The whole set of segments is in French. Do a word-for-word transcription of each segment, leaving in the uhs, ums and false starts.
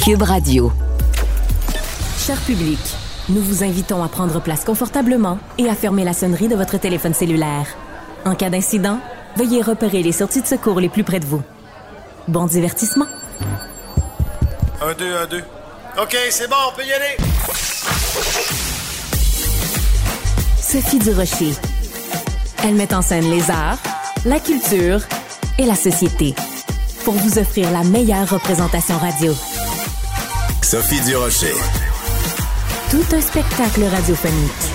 Cube Radio. Cher public, nous vous invitons à prendre place confortablement et à fermer la sonnerie de votre téléphone cellulaire. En cas d'incident, veuillez repérer les sorties de secours les plus près de vous. Bon divertissement. Un, deux, un, deux. OK, c'est bon, on peut y aller. Sophie Durocher. Elle met en scène les arts, la culture et la société pour vous offrir la meilleure représentation radio. Sophie Durocher. Tout un spectacle radiophonique.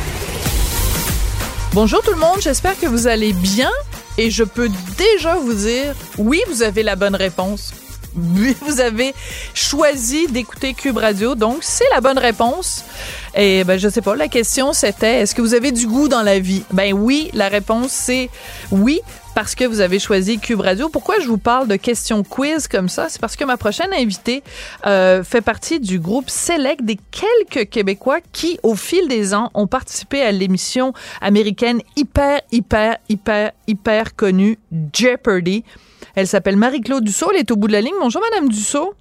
Bonjour tout le monde, j'espère que vous allez bien et je peux déjà vous dire, oui, vous avez la bonne réponse. Vous avez choisi d'écouter Cube Radio, donc c'est la bonne réponse. Et ben je sais pas, la question c'était, est-ce que vous avez du goût dans la vie? Ben oui, la réponse c'est oui, parce que vous avez choisi Cube Radio. Pourquoi je vous parle de questions quiz comme ça? C'est parce que ma prochaine invitée euh, fait partie du groupe Select des quelques Québécois qui, au fil des ans, ont participé à l'émission américaine hyper, hyper, hyper, hyper connue Jeopardy! Elle s'appelle Marie-Claude Dussault. Elle est au bout de la ligne. Bonjour, Madame Dussault.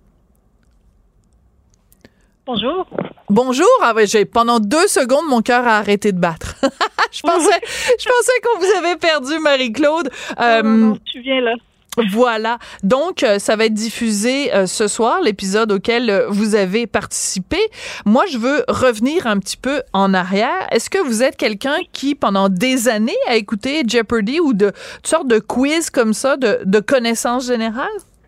Bonjour. Bonjour. Ah ouais, j'ai, pendant deux secondes, mon cœur a arrêté de battre. je pensais, je pensais qu'on vous avait perdu, Marie-Claude. Euh, non, non, non, tu viens là. Voilà. Donc, euh, ça va être diffusé euh, ce soir, l'épisode auquel euh, vous avez participé. Moi, je veux revenir un petit peu en arrière. Est-ce que vous êtes quelqu'un qui, pendant des années, a écouté Jeopardy ou de toutes sortes de quiz comme ça, de, de connaissances générales?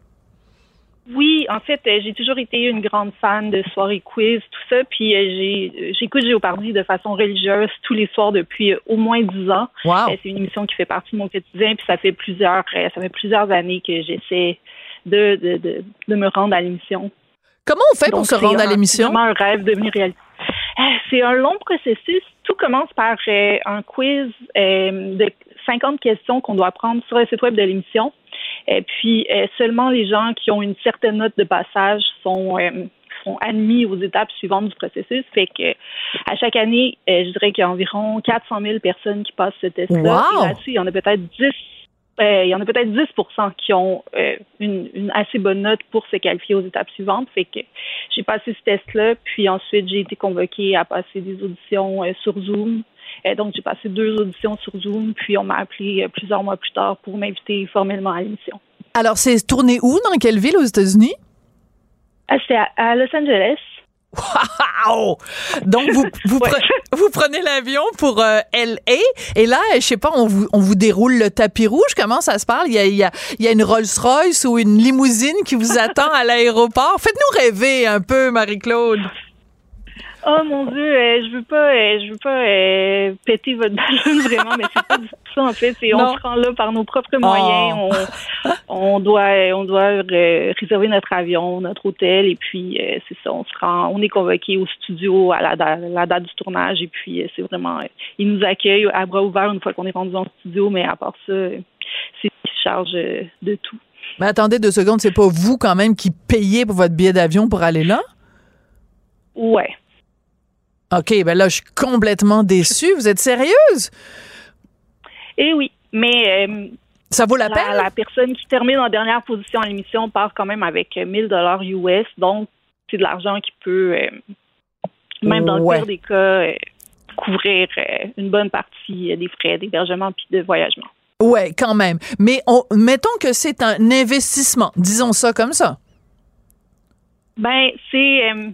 Oui, en fait, euh, j'ai toujours été une grande fan de soirées quiz, tout ça, puis euh, j'ai, j'écoute Jeopardy de façon religieuse tous les soirs depuis euh, au moins dix ans. Wow. Euh, c'est une émission qui fait partie de mon quotidien, puis ça fait plusieurs, euh, ça fait plusieurs années que j'essaie de, de, de, de me rendre à l'émission. Comment on fait Donc, pour se rendre un, à l'émission? C'est vraiment un rêve devenu réalité. Euh, c'est un long processus. Tout commence par euh, un quiz euh, de cinquante questions qu'on doit prendre sur le site web de l'émission. Et puis, euh, seulement les gens qui ont une certaine note de passage sont, euh, sont admis aux étapes suivantes du processus. Fait que, à chaque année, euh, je dirais qu'il y a environ quatre cent mille personnes qui passent ce test-là. Wow. Et là-dessus, il y en a peut-être dix, euh, il y en a peut-être dix pour cent qui ont euh, une, une assez bonne note pour se qualifier aux étapes suivantes. Fait que j'ai passé ce test-là, puis ensuite, j'ai été convoquée à passer des auditions euh, sur Zoom. Euh, donc, j'ai passé deux auditions sur Zoom, puis on m'a appelé euh, plusieurs mois plus tard pour m'inviter formellement à l'émission. Alors, c'est tourné où? Dans quelle ville aux États-Unis? Ah, c'était à, à Los Angeles. Wow! Donc, vous, vous, Ouais. pre- vous prenez l'avion pour euh, L A et là, je sais pas, on vous, on vous déroule le tapis rouge. Comment ça se passe? Il y a, il y a, il y a une Rolls-Royce ou une limousine qui vous attend à l'aéroport. Faites-nous rêver un peu, Marie-Claude. Oh mon Dieu, euh, je veux pas, euh, je veux pas euh, péter votre ballon vraiment, mais c'est pas du tout ça en fait. C'est, on se rend là par nos propres moyens. Oh. On, on doit, on doit euh, réserver notre avion, notre hôtel, et puis euh, c'est ça. On se rend, on est convoqué au studio à la, à la date du tournage, et puis euh, c'est vraiment, euh, ils nous accueillent à bras ouverts une fois qu'on est rendu en studio, mais à part ça, euh, c'est ce qui se charge euh, de tout. Mais attendez deux secondes, c'est pas vous quand même qui payez pour votre billet d'avion pour aller là? Ouais. OK, ben là, je suis complètement déçue. Vous êtes sérieuse? Eh oui, mais euh, Ça vaut la, la, peine? la personne qui termine en dernière position à l'émission part quand même avec mille dollars U S, donc c'est de l'argent qui peut, euh, même dans Ouais. le pire des cas, euh, couvrir euh, une bonne partie euh, des frais d'hébergement puis de voyagement. Ouais, quand même. Mais on, mettons que c'est un investissement. Disons ça comme ça. Ben, c'est... Euh,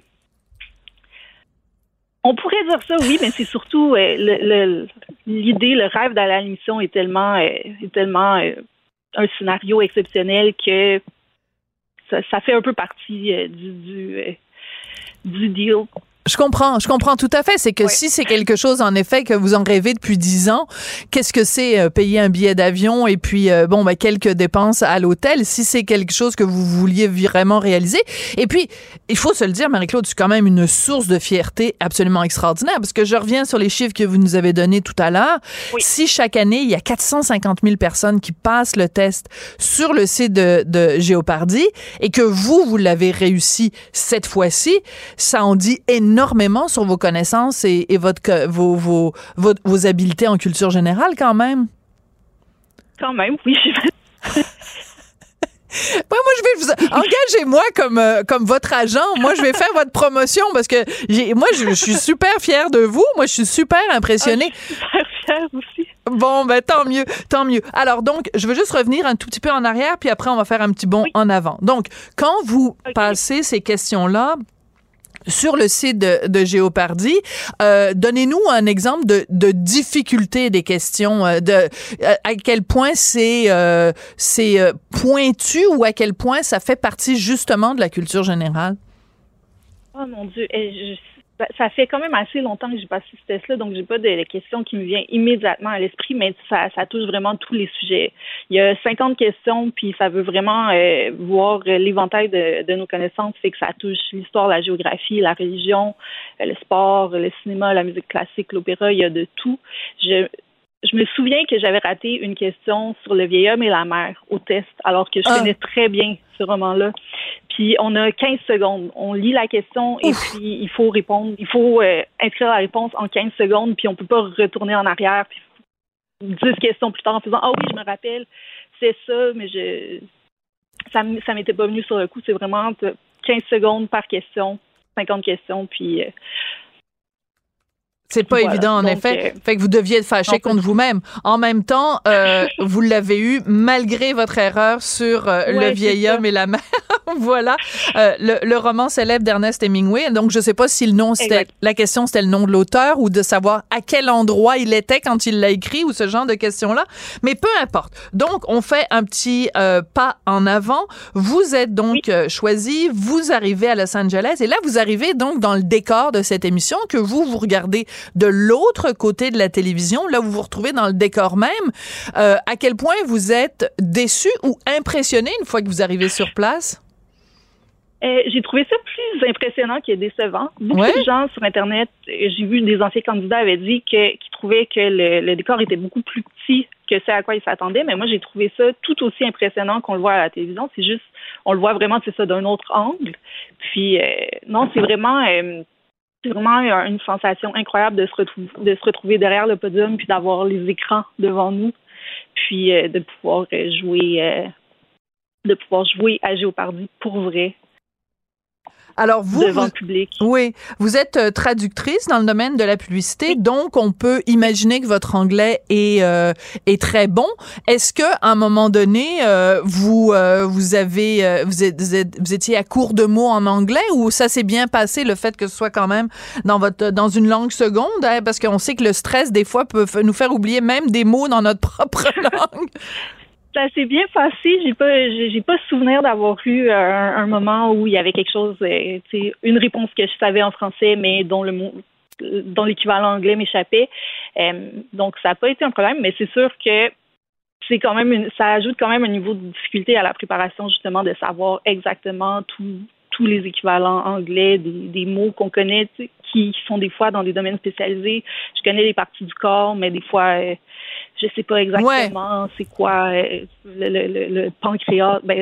on pourrait dire ça, oui, mais c'est surtout euh, le, le, l'idée, le rêve d'aller à l'émission est tellement, euh, est tellement euh, un scénario exceptionnel que ça, ça fait un peu partie euh, du, du, euh, du deal. Je comprends, je comprends tout à fait. C'est que Ouais. si c'est quelque chose, en effet, que vous en rêvez depuis dix ans, qu'est-ce que c'est euh, payer un billet d'avion et puis, euh, bon, ben, quelques dépenses à l'hôtel, si c'est quelque chose que vous vouliez vraiment réaliser. Et puis, il faut se le dire, Marie-Claude, c'est quand même une source de fierté absolument extraordinaire, parce que je reviens sur les chiffres que vous nous avez donnés tout à l'heure. Oui. Si chaque année, il y a quatre cent cinquante mille personnes qui passent le test sur le site de, de Jeopardy et que vous, vous l'avez réussi cette fois-ci, ça en dit énormément énormément sur vos connaissances et, et votre, vos, vos, vos, vos habiletés en culture générale, quand même. Quand même, oui. Ouais, moi, je vais vous... engagez-moi comme euh, comme votre agent. Moi, je vais faire votre promotion parce que j'ai, moi, je, je suis super fière de vous. Moi, je suis super impressionnée. Ah, je suis super fière aussi. Bon, ben tant mieux, tant mieux. Alors donc, je veux juste revenir un tout petit peu en arrière, puis après, on va faire un petit bond oui. en avant. Donc, quand vous okay. passez ces questions-là sur le site de, de Jeopardy, euh, donnez-nous un exemple de, de difficulté des questions, euh, de à, à quel point c'est euh, c'est euh, pointu ou à quel point ça fait partie justement de la culture générale. Oh mon Dieu, je, ça fait quand même assez longtemps que j'ai passé ce test-là, donc j'ai pas de questions qui me viennent immédiatement à l'esprit, mais ça, ça touche vraiment tous les sujets. Il y a cinquante questions, puis ça veut vraiment euh, voir l'éventail de, de nos connaissances, fait que ça touche l'histoire, la géographie, la religion, le sport, le cinéma, la musique classique, l'opéra, il y a de tout. Je Je me souviens que j'avais raté une question sur le vieil homme et la mer au test, alors que je ah. connais très bien ce roman-là. Puis on a quinze secondes. On lit la question et Ouf. puis il faut répondre. Il faut euh, inscrire la réponse en quinze secondes, puis on peut pas retourner en arrière. Puis dix questions plus tard en faisant « Ah oui, je me rappelle, c'est ça, mais je ça, ça m'était pas venu sur le coup. » C'est vraiment quinze secondes par question, cinquante questions, puis... Euh, C'est pas voilà. évident, en Donc, effet. Euh, fait que vous deviez être fâché contre vous-même. En même temps, euh, vous l'avez eu malgré votre erreur sur euh, ouais, le vieil homme et la mer. Voilà. Euh, le, le roman célèbre d'Ernest Hemingway. Donc, je sais pas si le nom, c'était, exact. la question, c'était le nom de l'auteur ou de savoir à quel endroit il était quand il l'a écrit ou ce genre de questions-là. Mais peu importe. Donc, on fait un petit euh, pas en avant. Vous êtes donc oui. euh, choisi. Vous arrivez à Los Angeles. Et là, vous arrivez donc dans le décor de cette émission que vous, vous regardez de l'autre côté de la télévision. Là, vous vous retrouvez dans le décor même. Euh, à quel point vous êtes déçu ou impressionné une fois que vous arrivez sur place? Euh, j'ai trouvé ça plus impressionnant que décevant. Beaucoup ouais. de gens sur Internet, j'ai vu des anciens candidats avaient dit que, qu'ils trouvaient que le, le décor était beaucoup plus petit que ce à quoi ils s'attendaient, mais moi, j'ai trouvé ça tout aussi impressionnant qu'on le voit à la télévision. C'est juste, on le voit vraiment, c'est ça, d'un autre angle. Puis, euh, non, c'est vraiment... Euh, C'est vraiment une sensation incroyable de se retrouver, de se retrouver derrière le podium puis d'avoir les écrans devant nous, puis euh, de pouvoir jouer, euh, de pouvoir jouer à Jeopardy pour vrai. Alors vous, devant vous, le public. Oui, vous êtes euh, traductrice dans le domaine de la publicité, oui. donc on peut imaginer que votre anglais est euh, est très bon. Est-ce que à un moment donné, euh, vous euh, vous avez euh, vous, êtes, vous, êtes, vous étiez à court de mots en anglais ou ça s'est bien passé le fait que ce soit quand même dans votre dans une langue seconde, hein, parce qu'on sait que le stress des fois peut nous faire oublier même des mots dans notre propre langue. Ça s'est bien passé. J'ai pas, j'ai, j'ai pas souvenir d'avoir eu un, un moment où il y avait quelque chose, euh, tu sais, une réponse que je savais en français, mais dont le mot, dont l'équivalent anglais m'échappait. Euh, donc, ça n'a pas été un problème, mais c'est sûr que c'est quand même une, ça ajoute quand même un niveau de difficulté à la préparation, justement, de savoir exactement tout, tous les équivalents anglais, des, des mots qu'on connaît, tu sais, qui sont des fois dans des domaines spécialisés. Je connais les parties du corps, mais des fois, euh, je sais pas exactement ouais. c'est quoi euh, le, le, le, le pancréas. Ben,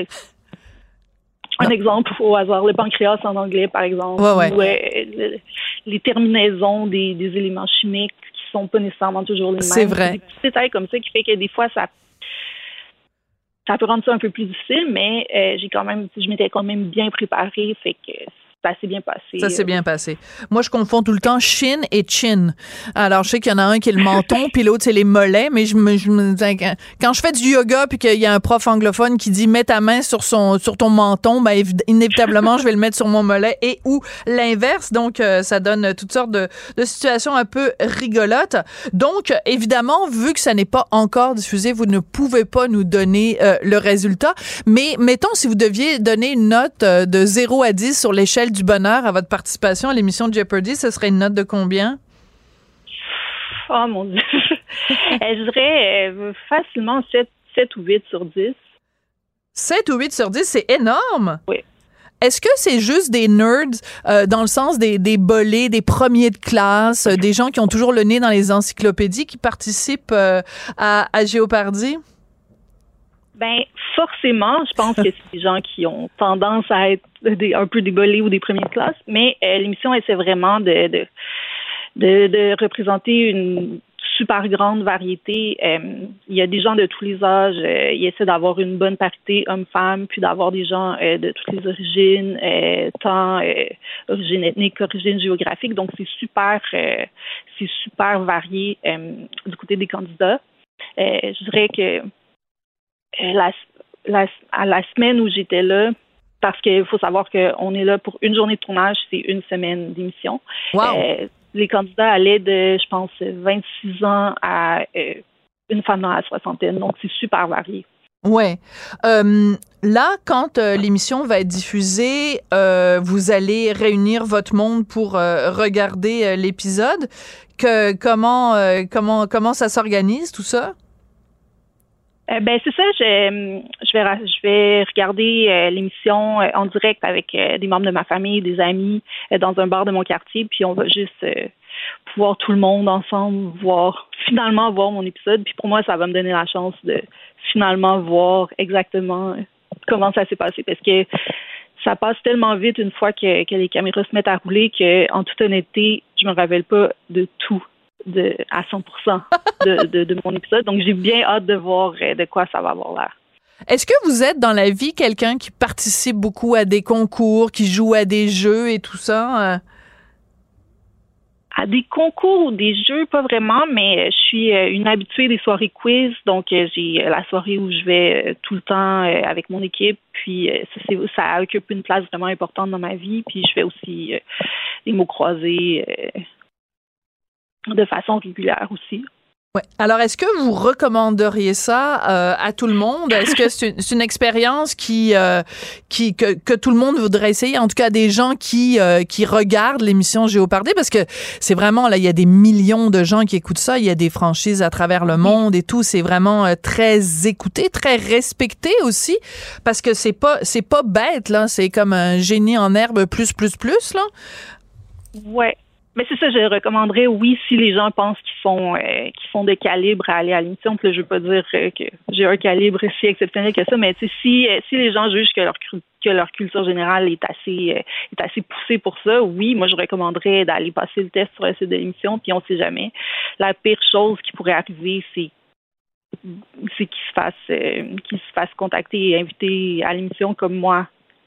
un non. exemple au hasard, le pancréas en anglais, par exemple, ouais, ouais. ou euh, le, les terminaisons des, des éléments chimiques qui sont pas nécessairement toujours les mêmes. C'est vrai. Des petits détails comme ça qui fait que des fois, ça ça peut rendre ça un peu plus difficile, mais euh, j'ai quand même, je m'étais quand même bien préparée, fait que ça s'est bien passé. Ça s'est bien passé. Moi, je confonds tout le temps chin et chin. Alors, je sais qu'il y en a un qui est le menton, puis l'autre, c'est les mollets, mais je me, je me quand je fais du yoga, puis qu'il y a un prof anglophone qui dit « mets ta main sur son, sur ton menton », ben, inévitablement, je vais le mettre sur mon mollet et ou l'inverse. Donc, euh, ça donne toutes sortes de, de situations un peu rigolotes. Donc, évidemment, vu que ça n'est pas encore diffusé, vous ne pouvez pas nous donner euh, le résultat. Mais, mettons, si vous deviez donner une note euh, de zéro à dix sur l'échelle du bonheur à votre participation à l'émission de Jeopardy, ce serait une note de combien? Oh mon Dieu! Je dirais euh, facilement sept ou huit sur dix. sept ou huit sur dix, c'est énorme! Oui. Est-ce que c'est juste des nerds euh, dans le sens des, des bolés, des premiers de classe, euh, des gens qui ont toujours le nez dans les encyclopédies qui participent euh, à, à Jeopardy? Ben forcément, je pense que c'est des gens qui ont tendance à être des, un peu débolés ou des premières classes, mais euh, l'émission essaie vraiment de, de de de représenter une super grande variété. Euh, il y a des gens de tous les âges. Euh, ils essaient d'avoir une bonne parité homme-femme, puis d'avoir des gens euh, de toutes les origines, euh, tant euh, origine ethnique qu'origine géographique. Donc, c'est super, euh, c'est super varié euh, du côté des candidats. Euh, je dirais que euh, la, la, à la semaine où j'étais là, parce qu'il faut savoir qu'on est là pour une journée de tournage, c'est une semaine d'émission. Wow. Euh, les candidats allaient de, je pense, vingt-six ans à euh, une femme dans la soixantaine. Donc, c'est super varié. Ouais. Euh, là, quand euh, l'émission va être diffusée, euh, vous allez réunir votre monde pour euh, regarder euh, l'épisode. Que, comment, euh, comment, comment ça s'organise, tout ça? Euh, ben c'est ça, je, je vais je vais regarder euh, l'émission euh, en direct avec euh, des membres de ma famille, des amis, euh, dans un bar de mon quartier, puis on va juste euh, pouvoir tout le monde ensemble voir, finalement voir mon épisode, puis pour moi, ça va me donner la chance de finalement voir exactement euh, comment ça s'est passé, parce que ça passe tellement vite une fois que, que les caméras se mettent à rouler que, en toute honnêteté, je me rappelle pas de tout. De, à cent pour cent de, de, de mon épisode. Donc, j'ai bien hâte de voir de quoi ça va avoir l'air. Est-ce que vous êtes dans la vie quelqu'un qui participe beaucoup à des concours, qui joue à des jeux et tout ça? À des concours ou des jeux, pas vraiment, mais je suis une habituée des soirées quiz. Donc, j'ai la soirée où je vais tout le temps avec mon équipe. Puis, ça, c'est, ça occupe une place vraiment importante dans ma vie. Puis, je fais aussi des mots croisés de façon régulière aussi. Ouais. Alors, est-ce que vous recommanderiez ça euh, à tout le monde? Est-ce que c'est une, c'est une expérience qui, euh, qui que, que tout le monde voudrait essayer? En tout cas, des gens qui euh, qui regardent l'émission Géopardé, parce que c'est vraiment, là, il y a des millions de gens qui écoutent ça. Il y a des franchises à travers le monde et tout. C'est vraiment euh, très écouté, très respecté aussi, parce que c'est pas c'est pas bête, là. C'est comme un génie en herbe plus, plus, plus, là. Ouais. Mais c'est ça, je recommanderais, oui, si les gens pensent qu'ils sont euh, qu'ils sont de calibre à aller à l'émission. Puis là, je veux pas dire euh, que j'ai un calibre si exceptionnel que ça, mais si euh, si les gens jugent que leur que leur culture générale est assez euh, est assez poussée pour ça, oui, moi je recommanderais d'aller passer le test sur le site de l'émission. Puis on sait jamais. La pire chose qui pourrait arriver, c'est c'est qu'ils se fassent euh, qu'ils se fassent contacter et inviter à l'émission comme moi.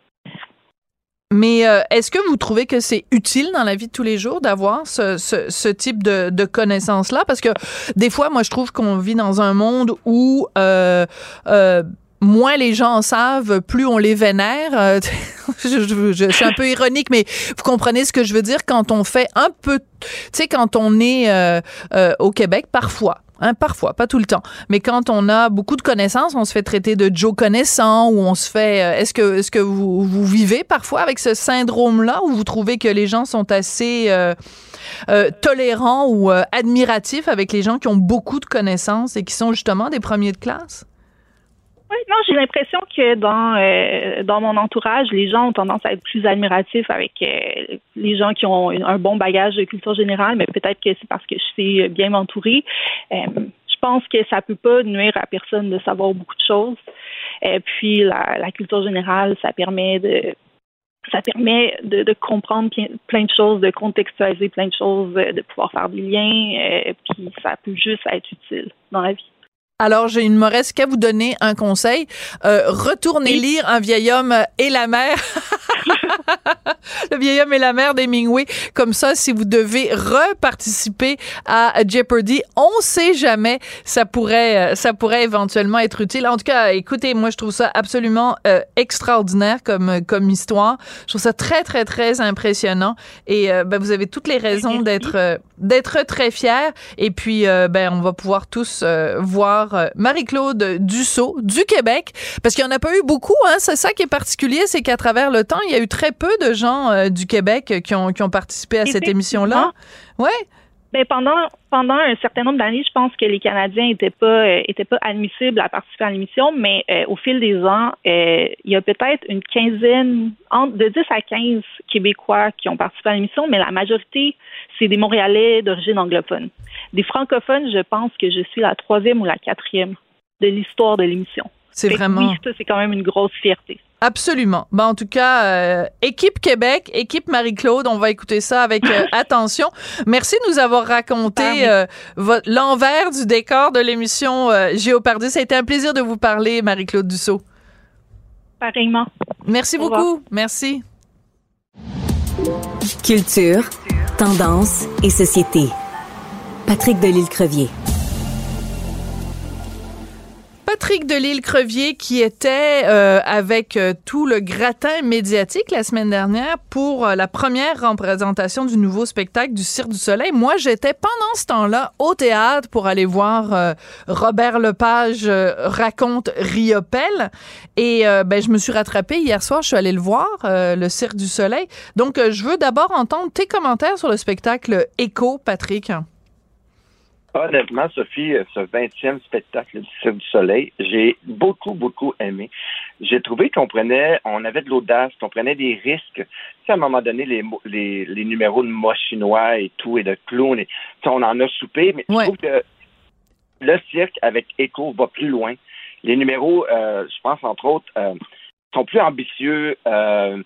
Mais euh, est-ce que vous trouvez que c'est utile dans la vie de tous les jours d'avoir ce, ce, ce type de, de connaissances-là? Parce que des fois, moi, je trouve qu'on vit dans un monde où euh, euh, moins les gens en savent, plus on les vénère. Euh, je, je, je suis un peu ironique, mais vous comprenez ce que je veux dire quand on fait un peu... Tu sais, quand on est euh, euh, au Québec, parfois... Hein, parfois, pas tout le temps. Mais quand on a beaucoup de connaissances, on se fait traiter de Joe connaissant ou on se fait... Euh, est-ce que est-ce que vous, vous vivez parfois avec ce syndrome-là ou vous trouvez que les gens sont assez euh, euh, tolérants ou euh, admiratifs avec les gens qui ont beaucoup de connaissances et qui sont justement des premiers de classe? Oui, non, j'ai l'impression que dans euh, dans mon entourage, les gens ont tendance à être plus admiratifs avec euh, les gens qui ont un bon bagage de culture générale, mais peut-être que c'est parce que je sais bien m'entourer. Euh, je pense que ça peut pas nuire à personne de savoir beaucoup de choses. Et puis la, la culture générale, ça permet de ça permet de, de comprendre plein de choses, de contextualiser plein de choses, de pouvoir faire des liens, euh, puis ça peut juste être utile dans la vie. Alors, j'ai une Moresse qu'à vous donner un conseil. Euh, retournez oui. lire Un vieil homme et la mer. Le vieil homme et la mer d'Hemingway. Comme ça, si vous devez reparticiper à Jeopardy, on sait jamais, ça pourrait, ça pourrait éventuellement être utile. En tout cas, écoutez, moi, je trouve ça absolument euh, extraordinaire comme, comme histoire. Je trouve ça très, très, très impressionnant. Et euh, ben, vous avez toutes les raisons d'être, euh, d'être très fiers. Et puis, euh, ben, on va pouvoir tous euh, voir Marie-Claude Dussault du Québec, parce qu'il n'y en a pas eu beaucoup, hein. C'est ça qui est particulier, c'est qu'à travers le temps, il y a eu très peu de gens euh, du Québec qui ont, qui ont participé à cette émission-là. Ouais. Ben pendant pendant un certain nombre d'années, je pense que les Canadiens étaient pas euh, étaient pas admissibles à participer à l'émission, mais euh, au fil des ans, euh, il y a peut-être une quinzaine, entre de dix à quinze Québécois qui ont participé à l'émission, mais la majorité, c'est des Montréalais d'origine anglophone. Des francophones, je pense que je suis la troisième ou la quatrième de l'histoire de l'émission. C'est fait vraiment... Oui, ça, c'est quand même une grosse fierté. Absolument. Ben, en tout cas, euh, équipe Québec, équipe Marie-Claude, on va écouter ça avec euh, attention. Merci de nous avoir raconté euh, votre, l'envers du décor de l'émission euh, Géopardy. Ça a été un plaisir de vous parler, Marie-Claude Dussault. Pareillement. Merci Au beaucoup. revoir. Merci. Culture, tendance et société. Patrick Delisle-Crevier. Patrick Delisle-Crevier qui était euh, avec euh, tout le gratin médiatique la semaine dernière pour euh, la première représentation du nouveau spectacle du Cirque du Soleil. Moi, j'étais pendant ce temps-là au théâtre pour aller voir euh, Robert Lepage euh, raconte Riopelle et euh, ben, je me suis rattrapée hier soir, je suis allée le voir, euh, le Cirque du Soleil. Donc, euh, je veux d'abord entendre tes commentaires sur le spectacle Écho, Patrick. Honnêtement, Sophie, ce vingtième spectacle du Cirque du Soleil, j'ai beaucoup, beaucoup aimé. J'ai trouvé qu'on prenait, on avait de l'audace, qu'on prenait des risques. Tu sais, à un moment donné, les, les, les numéros de mots chinois et tout, et de clowns, et, on en a soupé, mais ouais. Je trouve que le cirque avec Écho va plus loin. Les numéros, euh, je pense, entre autres, euh, sont plus ambitieux. Euh,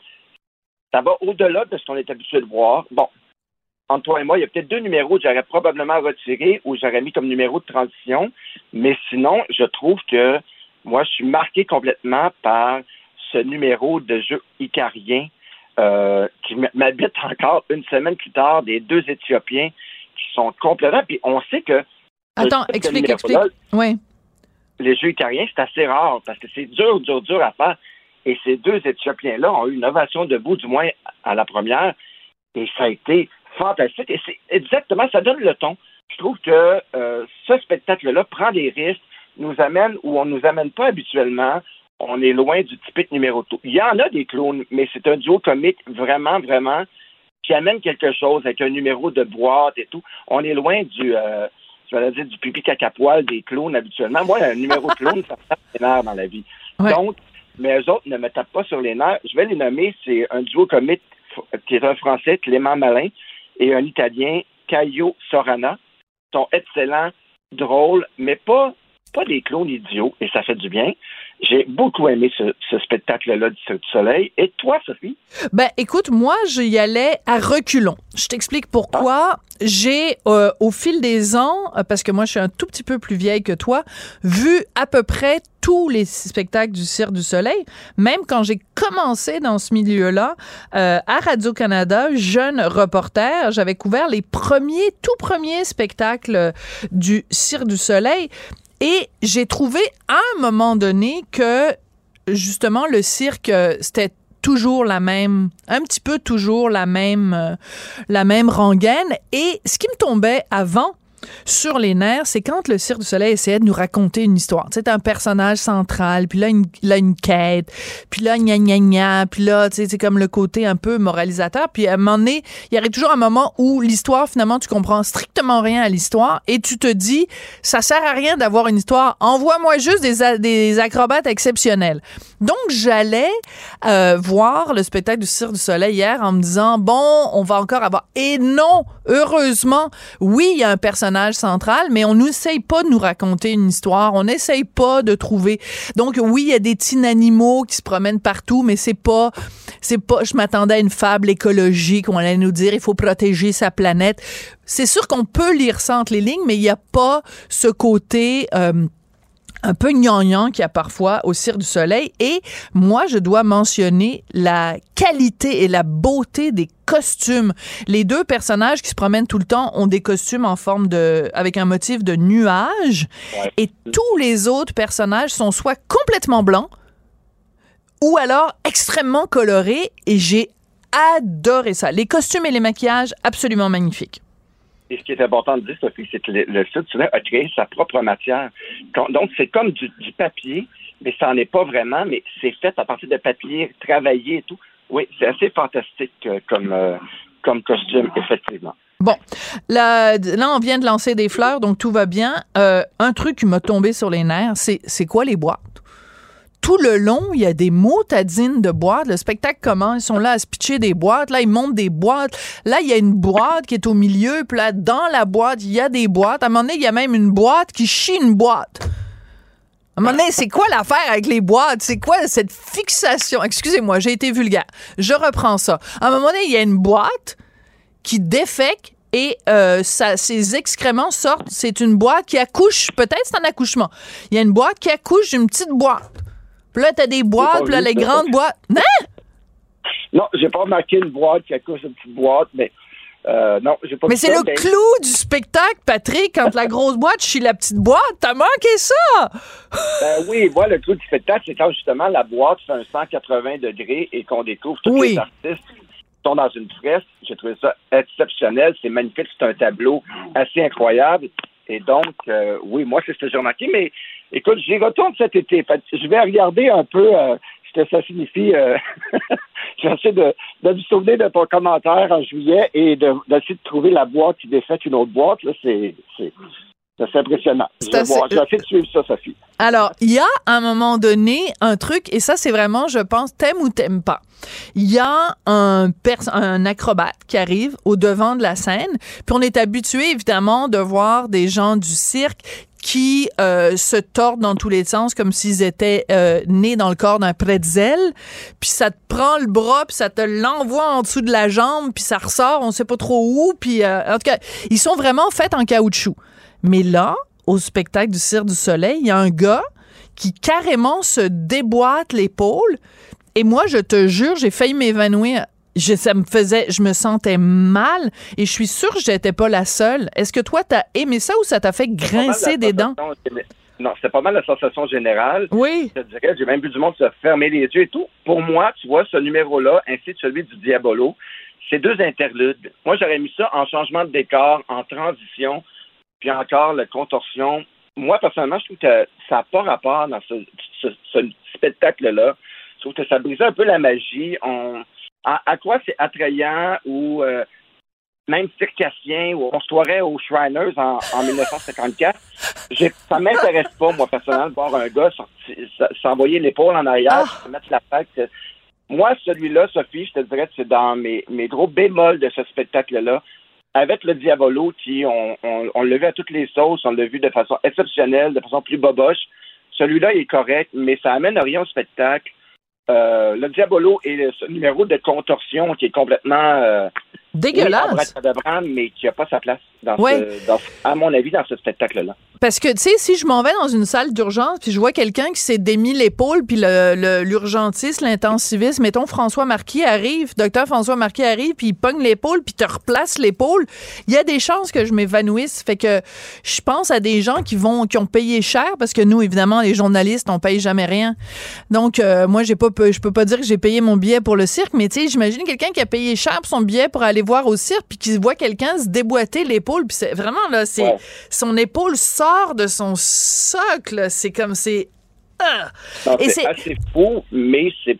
ça va au-delà de ce qu'on est habitué de voir. Bon, entre toi et moi, il y a peut-être deux numéros que j'aurais probablement retirés ou j'aurais mis comme numéro de transition. Mais sinon, je trouve que moi, je suis marqué complètement par ce numéro de jeu icarien euh, qui m'habite encore une semaine plus tard, des deux Éthiopiens qui sont complètement... Puis on sait que... Attends, explique, explique. Oui. Les jeux icariens, c'est assez rare parce que c'est dur, dur, dur à faire. Et ces deux Éthiopiens-là ont eu une ovation debout, du moins à la première. Et ça a été... fantastique. Et c'est exactement, ça donne le ton. Je trouve que euh, ce spectacle-là prend des risques, nous amène où on ne nous amène pas habituellement. On est loin du typique numéro deux. Il y en a des clowns, mais c'est un duo comique vraiment, vraiment qui amène quelque chose avec un numéro de boîte et tout. On est loin du, euh, je vais dire, du pipi caca poil des clowns habituellement. Moi, un numéro de clown, ça me tape les nerfs dans la vie. Ouais. Donc, mais eux autres ne me tapent pas sur les nerfs. Je vais les nommer. C'est un duo comique qui est un Français, Clément Malin, et un Italien, Caio Sorana, sont excellents, drôles, mais pas, pas des clowns idiots, et ça fait du bien. J'ai beaucoup aimé ce, ce spectacle-là du Cirque du Soleil. Et toi, Sophie? Ben, écoute, moi, j'y allais à reculons. Je t'explique pourquoi. Ah. J'ai, euh, au fil des ans, parce que moi, je suis un tout petit peu plus vieille que toi, vu à peu près tous les spectacles du Cirque du Soleil. Même quand j'ai commencé dans ce milieu-là, euh, à Radio-Canada, jeune reporter, j'avais couvert les premiers, tout premiers spectacles du Cirque du Soleil. Et j'ai trouvé à un moment donné que, justement, le cirque, c'était toujours la même, un petit peu toujours la même, euh, la même rengaine. Et ce qui me tombait avant sur les nerfs, c'est quand le Cirque du Soleil essayait de nous raconter une histoire. Tu sais, t'as un personnage central, puis là, une, là, une quête, puis là, gna gna gna, puis là, tu sais, c'est comme le côté un peu moralisateur. Puis à un moment donné, il y arrive toujours un moment où l'histoire, finalement, tu comprends strictement rien à l'histoire et tu te dis, ça sert à rien d'avoir une histoire. Envoie-moi juste des, des acrobates exceptionnels. Donc, j'allais euh, voir le spectacle du Cirque du Soleil hier en me disant, bon, on va encore avoir... Et non, heureusement, oui, il y a un personnage central, mais on n'essaye pas de nous raconter une histoire, on n'essaye pas de trouver... Donc, oui, il y a des petits animaux qui se promènent partout, mais c'est pas... c'est pas. Je m'attendais à une fable écologique où on allait nous dire il faut protéger sa planète. C'est sûr qu'on peut lire ça entre les lignes, mais il n'y a pas ce côté... Euh, un peu gnangnan qu'il y a parfois au Cirque du Soleil. Et moi, je dois mentionner la qualité et la beauté des costumes. Les deux personnages qui se promènent tout le temps ont des costumes en forme de... avec un motif de nuage. Ouais. Et tous les autres personnages sont soit complètement blancs ou alors extrêmement colorés. Et j'ai adoré ça. Les costumes et les maquillages, absolument magnifiques. Et ce qui est important de dire, Sophie, c'est que le, le Cirque du Soleil a créé sa propre matière. Donc, c'est comme du, du papier, mais ça n'en est pas vraiment, mais c'est fait à partir de papier, travaillé et tout. Oui, c'est assez fantastique euh, comme, euh, comme costume, effectivement. Bon, là, là, on vient de lancer des fleurs, donc tout va bien. Euh, un truc qui m'a tombé sur les nerfs, c'est, c'est quoi les boîtes? Tout le long, il y a des motadines de boîtes. Le spectacle commence, ils sont là à se pitcher des boîtes. Là, ils montent des boîtes. Là, il y a une boîte qui est au milieu. Puis là, dans la boîte, il y a des boîtes. À un moment donné, il y a même une boîte qui chie une boîte. À un moment donné, c'est quoi l'affaire avec les boîtes? C'est quoi cette fixation? Excusez-moi, j'ai été vulgaire. Je reprends ça. À un moment donné, il y a une boîte qui défèque et euh, ça, ses excréments sortent. C'est une boîte qui accouche. Peut-être c'est un accouchement. Il y a une boîte qui accouche d'une petite boîte. Puis là, t'as des boîtes, puis là, les grandes boîtes. Non! Non, j'ai pas remarqué une boîte qui accouche une petite boîte, mais euh, non, j'ai pas Mais vu c'est ça, le mais... clou du spectacle, Patrick, quand la grosse boîte chie la petite boîte. T'as manqué ça! Ben oui, moi, le clou du spectacle, c'est quand justement la boîte fait un cent quatre-vingts degrés et qu'on découvre tous oui. les artistes qui sont dans une fresque. J'ai trouvé ça exceptionnel. C'est magnifique. C'est un tableau assez incroyable. Et donc, euh, oui, moi, c'est ce que j'ai remarqué. Mais écoute, j'y retourne cet été. Fait, je vais regarder un peu euh, ce que ça signifie. Euh, J'essaie de, de me souvenir de ton commentaire en juillet et de, d'essayer de trouver la boîte qui défait une autre boîte. Là, c'est, c'est, c'est impressionnant. C'est je, vais assez... voir, je vais essayer de suivre ça, Sophie. Alors, il y a à un moment donné un truc, et ça, c'est vraiment, je pense, t'aimes ou t'aimes pas. Il y a un, pers- un acrobate qui arrive au devant de la scène, puis on est habitué, évidemment, de voir des gens du cirque qui euh, se tordent dans tous les sens comme s'ils étaient euh, nés dans le corps d'un pretzel, puis ça te prend le bras, puis ça te l'envoie en dessous de la jambe, puis ça ressort, on sait pas trop où, puis euh, en tout cas, ils sont vraiment faits en caoutchouc. Mais là, au spectacle du Cirque du Soleil, il y a un gars qui carrément se déboîte l'épaule, et moi, je te jure, j'ai failli m'évanouir. Je, ça me faisait, je me sentais mal et je suis sûre que j'étais pas la seule. Est-ce que toi, t'as aimé ça ou ça t'a fait grincer des dents? Non, c'était pas mal la sensation générale. Oui. Je te dirais, j'ai même vu du monde se fermer les yeux et tout. Pour moi, tu vois, ce numéro-là, ainsi que celui du Diabolo, c'est deux interludes. Moi, j'aurais mis ça en changement de décor, en transition, puis encore la contorsion. Moi, personnellement, je trouve que ça n'a pas rapport dans ce, ce, ce spectacle-là. Je trouve que ça brisait un peu la magie. On... À, à quoi c'est attrayant ou euh, même circassien ou on se croirait aux Shriners en, en dix-neuf cent cinquante-quatre. J'ai, ça m'intéresse pas, moi, personnellement, de voir un gars s'envoyer l'épaule en arrière, ah. se mettre la tête. Moi, celui-là, Sophie, je te dirais que c'est dans mes, mes gros bémols de ce spectacle-là. Avec le Diabolo, qui, on, on, on l'a vu à toutes les sauces, on l'a vu de façon exceptionnelle, de façon plus boboche. Celui-là, il est correct, mais ça amène rien au spectacle. Euh, le Diabolo et ce numéro de contorsion qui est complètement euh, dégueulasse, oui, mais qui n'a pas sa place dans ouais. ce, dans, à mon avis, dans ce spectacle-là. Parce que, tu sais, si je m'en vais dans une salle d'urgence puis je vois quelqu'un qui s'est démis l'épaule puis le, le, l'urgentiste, l'intensiviste, mettons François Marquis arrive, docteur François Marquis arrive puis il pogne l'épaule puis te replace l'épaule, il y a des chances que je m'évanouisse. Fait que je pense à des gens qui vont, qui ont payé cher parce que nous, évidemment, les journalistes, on paye jamais rien. Donc, euh, moi, j'ai pas, je peux pas dire que j'ai payé mon billet pour le cirque, mais tu sais, j'imagine quelqu'un qui a payé cher pour son billet pour aller voir au cirque puis qui voit quelqu'un se déboîter l'épaule puis c'est vraiment là, c'est ouais. son épaule sort de son socle, c'est comme c'est ah. non, et c'est, c'est assez fou, mais c'est,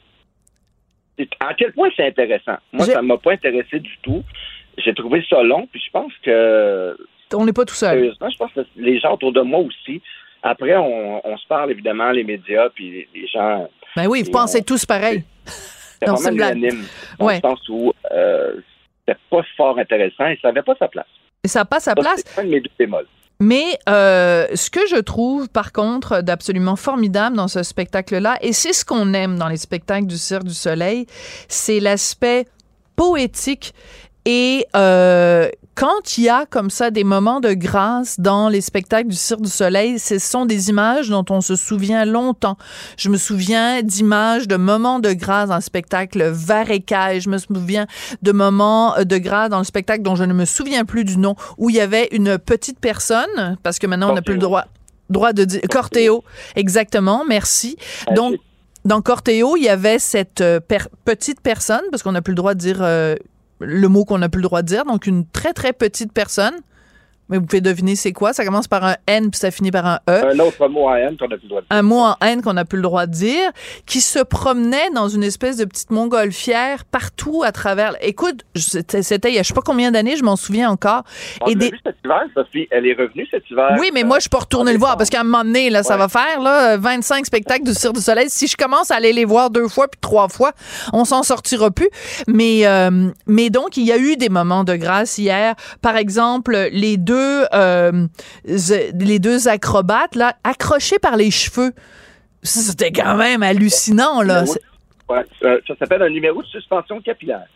c'est à quel point c'est intéressant. Moi, je... ça m'a pas intéressé du tout. J'ai trouvé ça long, puis je pense que on n'est pas tout seul. Sérieusement, je pense que les gens autour de moi aussi. Après, on, on se parle évidemment les médias, puis les, les gens. Ben oui, vous pensez on... tous pareil. C'est non, vraiment unanime, dans ouais. le sens où euh, c'était pas fort intéressant et ça n'avait pas sa place. Et ça n'a pas sa place. C'est un de mes deux bémols. Mais euh, ce que je trouve, par contre, d'absolument formidable dans ce spectacle-là, et c'est ce qu'on aime dans les spectacles du Cirque du Soleil, c'est l'aspect poétique. Et euh, quand il y a comme ça des moments de grâce dans les spectacles du Cirque du Soleil, ce sont des images dont on se souvient longtemps. Je me souviens d'images de moments de grâce dans le spectacle Varekaï. Je me souviens de moments de grâce dans le spectacle dont je ne me souviens plus du nom, où il y avait une petite personne, parce que maintenant on n'a plus le droit, droit de dire... Cortéo, exactement, merci. Donc, dans Cortéo, il y avait cette per- petite personne, parce qu'on n'a plus le droit de dire... Euh, le mot qu'on n'a plus le droit de dire, donc une très, très petite personne. Mais vous pouvez deviner c'est quoi. Ça commence par un N puis ça finit par un E. Un autre mot en N qu'on n'a plus le droit de dire. Un mot en N qu'on n'a plus le droit de dire, qui se promenait dans une espèce de petite montgolfière partout à travers... Écoute, c'était, c'était il y a je sais pas combien d'années, je m'en souviens encore. On l'a des... vu cet hiver, Sophie. Elle est revenue cet hiver. Oui, mais moi, je peux retourner le voir parce qu'à un moment donné, là, ça ouais. va faire là, vingt-cinq spectacles du Cirque du Soleil. Si je commence à aller les voir deux fois puis trois fois, on s'en sortira plus. Mais, euh, mais donc, il y a eu des moments de grâce hier. Par exemple, les deux deux euh, les deux acrobates là accrochés par les cheveux. Ça, c'était quand même hallucinant là. Ouais, ça, ça s'appelle un numéro de suspension capillaire.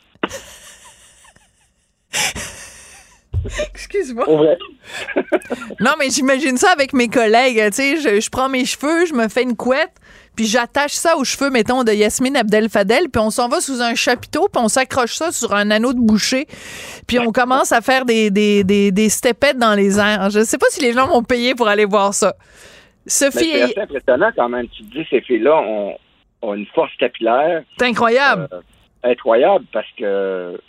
Excuse-moi. Non, mais j'imagine ça avec mes collègues. Tu sais, je, je prends mes cheveux, je me fais une couette, puis j'attache ça aux cheveux, mettons, de Yasmine Abdel-Fadel, puis on s'en va sous un chapiteau, puis on s'accroche ça sur un anneau de boucher, puis on commence à faire des, des, des, des stepettes dans les airs. Je sais pas si les gens vont payer pour aller voir ça. Sophie... Mais c'est assez impressionnant quand même. Tu te dis, ces filles-là ont, ont une force capillaire. C'est incroyable. Euh, incroyable, parce que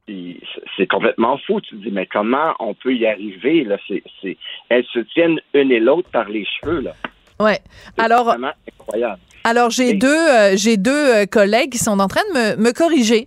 c'est complètement fou. Tu te dis, mais comment on peut y arriver, là? C'est, c'est... Elles se tiennent une et l'autre par les cheveux, là. Ouais. C'est alors, vraiment incroyable. Alors, j'ai et... deux, euh, j'ai deux euh, collègues qui sont en train de me, me corriger.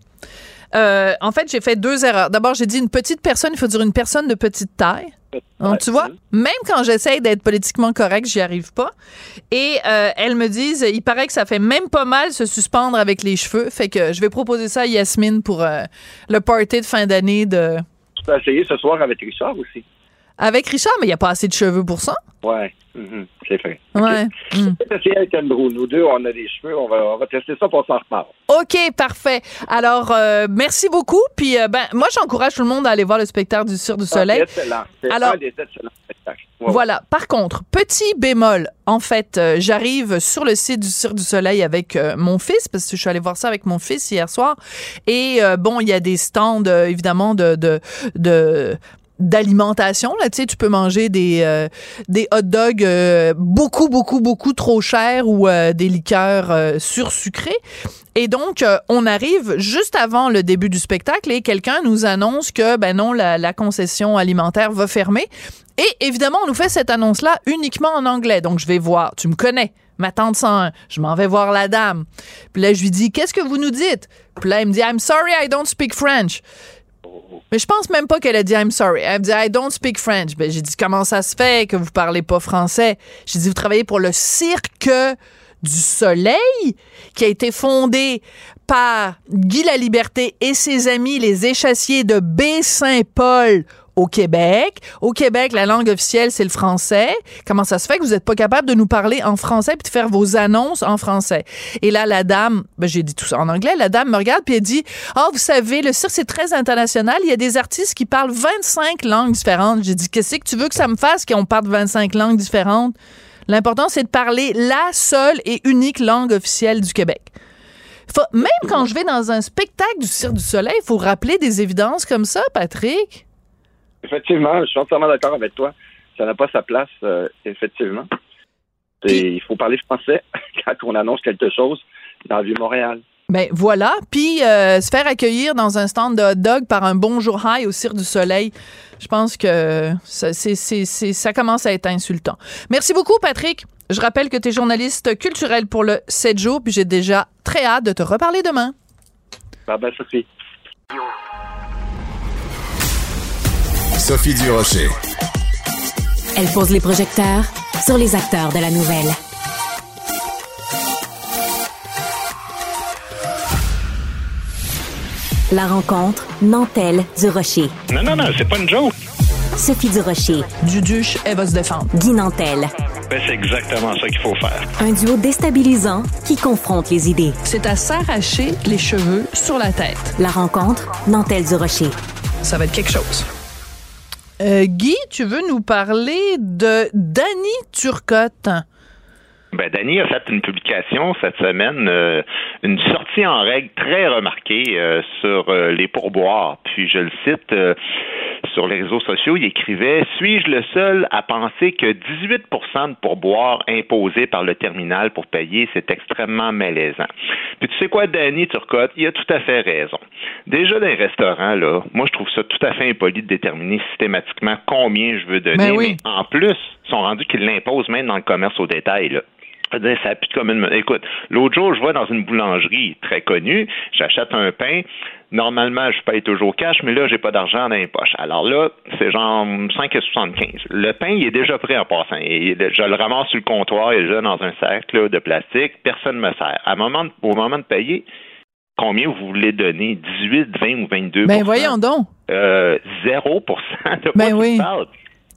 Euh, en fait, j'ai fait deux erreurs. D'abord, j'ai dit une petite personne, il faut dire une personne de petite taille. Donc, tu vois, même quand j'essaye d'être politiquement correct, j'y arrive pas. Et euh, elles me disent, il paraît que ça fait même pas mal se suspendre avec les cheveux. Fait que je vais proposer ça à Yasmine pour euh, le party de fin d'année de... Tu peux essayer ce soir avec Richard aussi. Avec Richard, mais il n'y a pas assez de cheveux pour ça. Ouais, mm-hmm, c'est vrai. Ouais. Okay. Mm. Je vais essayer avec Andrew. Nous deux, on a des cheveux. On va, on va tester ça pour s'en reparler. OK, parfait. Alors, euh, merci beaucoup. Puis, euh, ben, moi, j'encourage tout le monde à aller voir le spectacle du Cirque du Soleil. Ah, c'est excellent. C'est Alors, un des excellents spectacles. Ouais, voilà. Ouais. Par contre, petit bémol. En fait, euh, j'arrive sur le site du Cirque du Soleil avec euh, mon fils, parce que je suis allée voir ça avec mon fils hier soir. Et, euh, bon, il y a des stands, euh, évidemment, de... de, de d'alimentation, là, tu sais, tu peux manger des euh, des hot dogs euh, beaucoup, beaucoup, beaucoup trop chers ou euh, des liqueurs euh, sursucrées. Et donc, euh, on arrive juste avant le début du spectacle et quelqu'un nous annonce que, ben non, la, la concession alimentaire va fermer. Et évidemment, on nous fait cette annonce-là uniquement en anglais. Donc, je vais voir, tu me connais, ma tante cent un, je m'en vais voir la dame. Puis là, je lui dis, qu'est-ce que vous nous dites? Puis là, elle me dit, I'm sorry, I don't speak French. Mais je pense même pas qu'elle a dit I'm sorry. Elle me dit I don't speak French. Ben, j'ai dit comment ça se fait que vous parlez pas français? J'ai dit vous travaillez pour le Cirque du Soleil qui a été fondé par Guy Laliberté et ses amis les échassiers de Baie-Saint-Paul au Québec. Au Québec, la langue officielle, c'est le français. Comment ça se fait que vous n'êtes pas capable de nous parler en français puis de faire vos annonces en français? Et là, la dame, ben, j'ai dit tout ça en anglais, la dame me regarde puis elle dit « Ah, oh, vous savez, le cirque, c'est très international. Il y a des artistes qui parlent vingt-cinq langues différentes. » J'ai dit « Qu'est-ce que tu veux que ça me fasse qu'on parle vingt-cinq langues différentes? » L'important, c'est de parler la seule et unique langue officielle du Québec. Faut, même quand je vais dans un spectacle du Cirque du Soleil, il faut rappeler des évidences comme ça, Patrick. Effectivement, je suis entièrement d'accord avec toi. Ça n'a pas sa place, euh, effectivement. Et il faut parler français quand on annonce quelque chose dans le Vieux-Montréal. Ben voilà. Puis euh, se faire accueillir dans un stand de hot dog par un Bonjour Hi au Cirque du Soleil, je pense que ça, c'est, c'est, c'est, ça commence à être insultant. Merci beaucoup, Patrick. Je rappelle que tu es journaliste culturel pour le sept jours, puis j'ai déjà très hâte de te reparler demain. Bye bye, Sophie. Sophie Durocher. Elle pose les projecteurs sur les acteurs de la nouvelle. La rencontre Nantel-Durocher. Non, non, non, c'est pas une joke. Sophie Durocher. Duduche, elle va se défendre. Guy Nantel. Ben, c'est exactement ça qu'il faut faire. Un duo déstabilisant qui confronte les idées. C'est à s'arracher les cheveux sur la tête. La rencontre Nantel-Durocher. Ça va être quelque chose. Euh, Guy, tu veux nous parler de Danny Turcotte? Ben, Danny a fait une publication cette semaine, euh, une sortie en règle très remarquée euh, sur euh, les pourboires. Puis je le cite euh, sur les réseaux sociaux, il écrivait « Suis-je le seul à penser que dix-huit pour cent de pourboires imposés par le terminal pour payer, c'est extrêmement malaisant. » Puis tu sais quoi, Danny Turcotte, il a tout à fait raison. Déjà dans les restaurants, là, moi je trouve ça tout à fait impoli de déterminer systématiquement combien je veux donner. Ben oui. Mais en plus, ils sont rendus qu'ils l'imposent même dans le commerce au détail, là. Ça appuie comme une... Écoute, l'autre jour, je vais dans une boulangerie très connue, j'achète un pain. Normalement, je paye toujours cash, mais là, j'ai pas d'argent dans les poches. Alors là, c'est genre cinq virgule soixante-quinze. Le pain, il est déjà prêt en passant. Et je le ramasse sur le comptoir, il est déjà dans un sac là, de plastique. Personne ne me sert. À moment de, au moment de payer, combien vous voulez donner? dix-huit, vingt ou vingt-deux pour cent? Ben voyons donc. Euh, zéro pour cent de quoi ben tu oui. parles.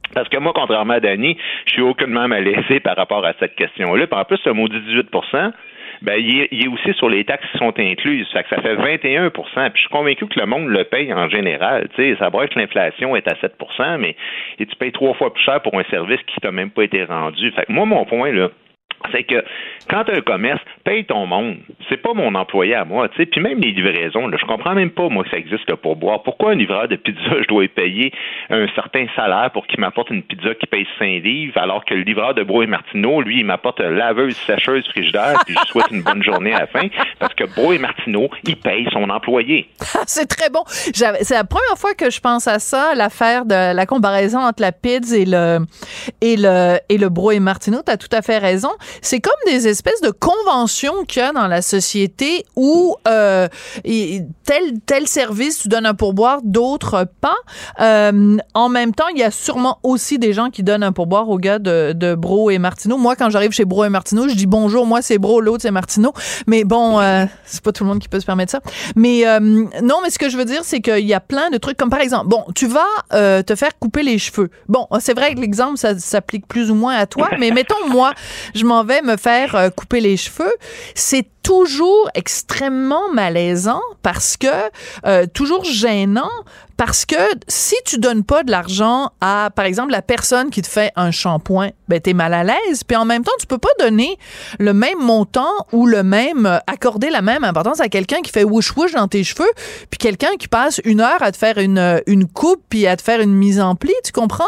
Parce que moi, contrairement à Dany, je suis aucunement malaisé par rapport à cette question-là. Puis en plus, ce mot dix-huit pour cent, ben, il est, il est aussi sur les taxes qui sont incluses. Ça fait que ça fait vingt et un pour cent. Puis je suis convaincu que le monde le paye en général. Tu sais, ça va être que l'inflation est à sept pour cent, mais et tu payes trois fois plus cher pour un service qui t'a même pas été rendu. Fait que moi, mon point, là, c'est que quand tu as un commerce, paye ton monde. C'est pas mon employé à moi, tu sais. Puis même les livraisons, là, je comprends même pas, moi, que ça existe le pourboire. Pourquoi un livreur de pizza, je dois payer un certain salaire pour qu'il m'apporte une pizza qui paye cinq livres, alors que le livreur de Bro et Martineau, lui, il m'apporte laveuse, sécheuse, frigidaire, puis je souhaite une bonne journée à la fin, parce que Bro et Martineau, il paye son employé. C'est très bon. J'avais, c'est la première fois que je pense à ça, l'affaire de la comparaison entre la pizza et le et le et le Bro et Martineau. T'as tout à fait raison. C'est comme des espèces de conventions qu'il y a dans la société où euh, tel tel service tu donnes un pourboire, d'autres pas. Euh, en même temps, il y a sûrement aussi des gens qui donnent un pourboire aux gars de, de Bro et Martineau. Moi, quand j'arrive chez Bro et Martineau, je dis bonjour, moi c'est Bro, l'autre c'est Martineau. Mais bon, euh, c'est pas tout le monde qui peut se permettre ça. Mais euh, non, mais ce que je veux dire, c'est qu'il y a plein de trucs comme par exemple, bon, tu vas euh, te faire couper les cheveux. Bon, c'est vrai que l'exemple ça s'applique plus ou moins à toi, mais mettons moi, je m'en vais me faire euh, couper les cheveux, c'est toujours extrêmement malaisant parce que euh, toujours gênant parce que si tu donnes pas de l'argent à, par exemple, la personne qui te fait un shampoing, ben t'es mal à l'aise. Puis en même temps, tu peux pas donner le même montant ou le même euh, accorder la même importance à quelqu'un qui fait wouch wouch dans tes cheveux, puis quelqu'un qui passe une heure à te faire une une coupe puis à te faire une mise en pli. Tu comprends?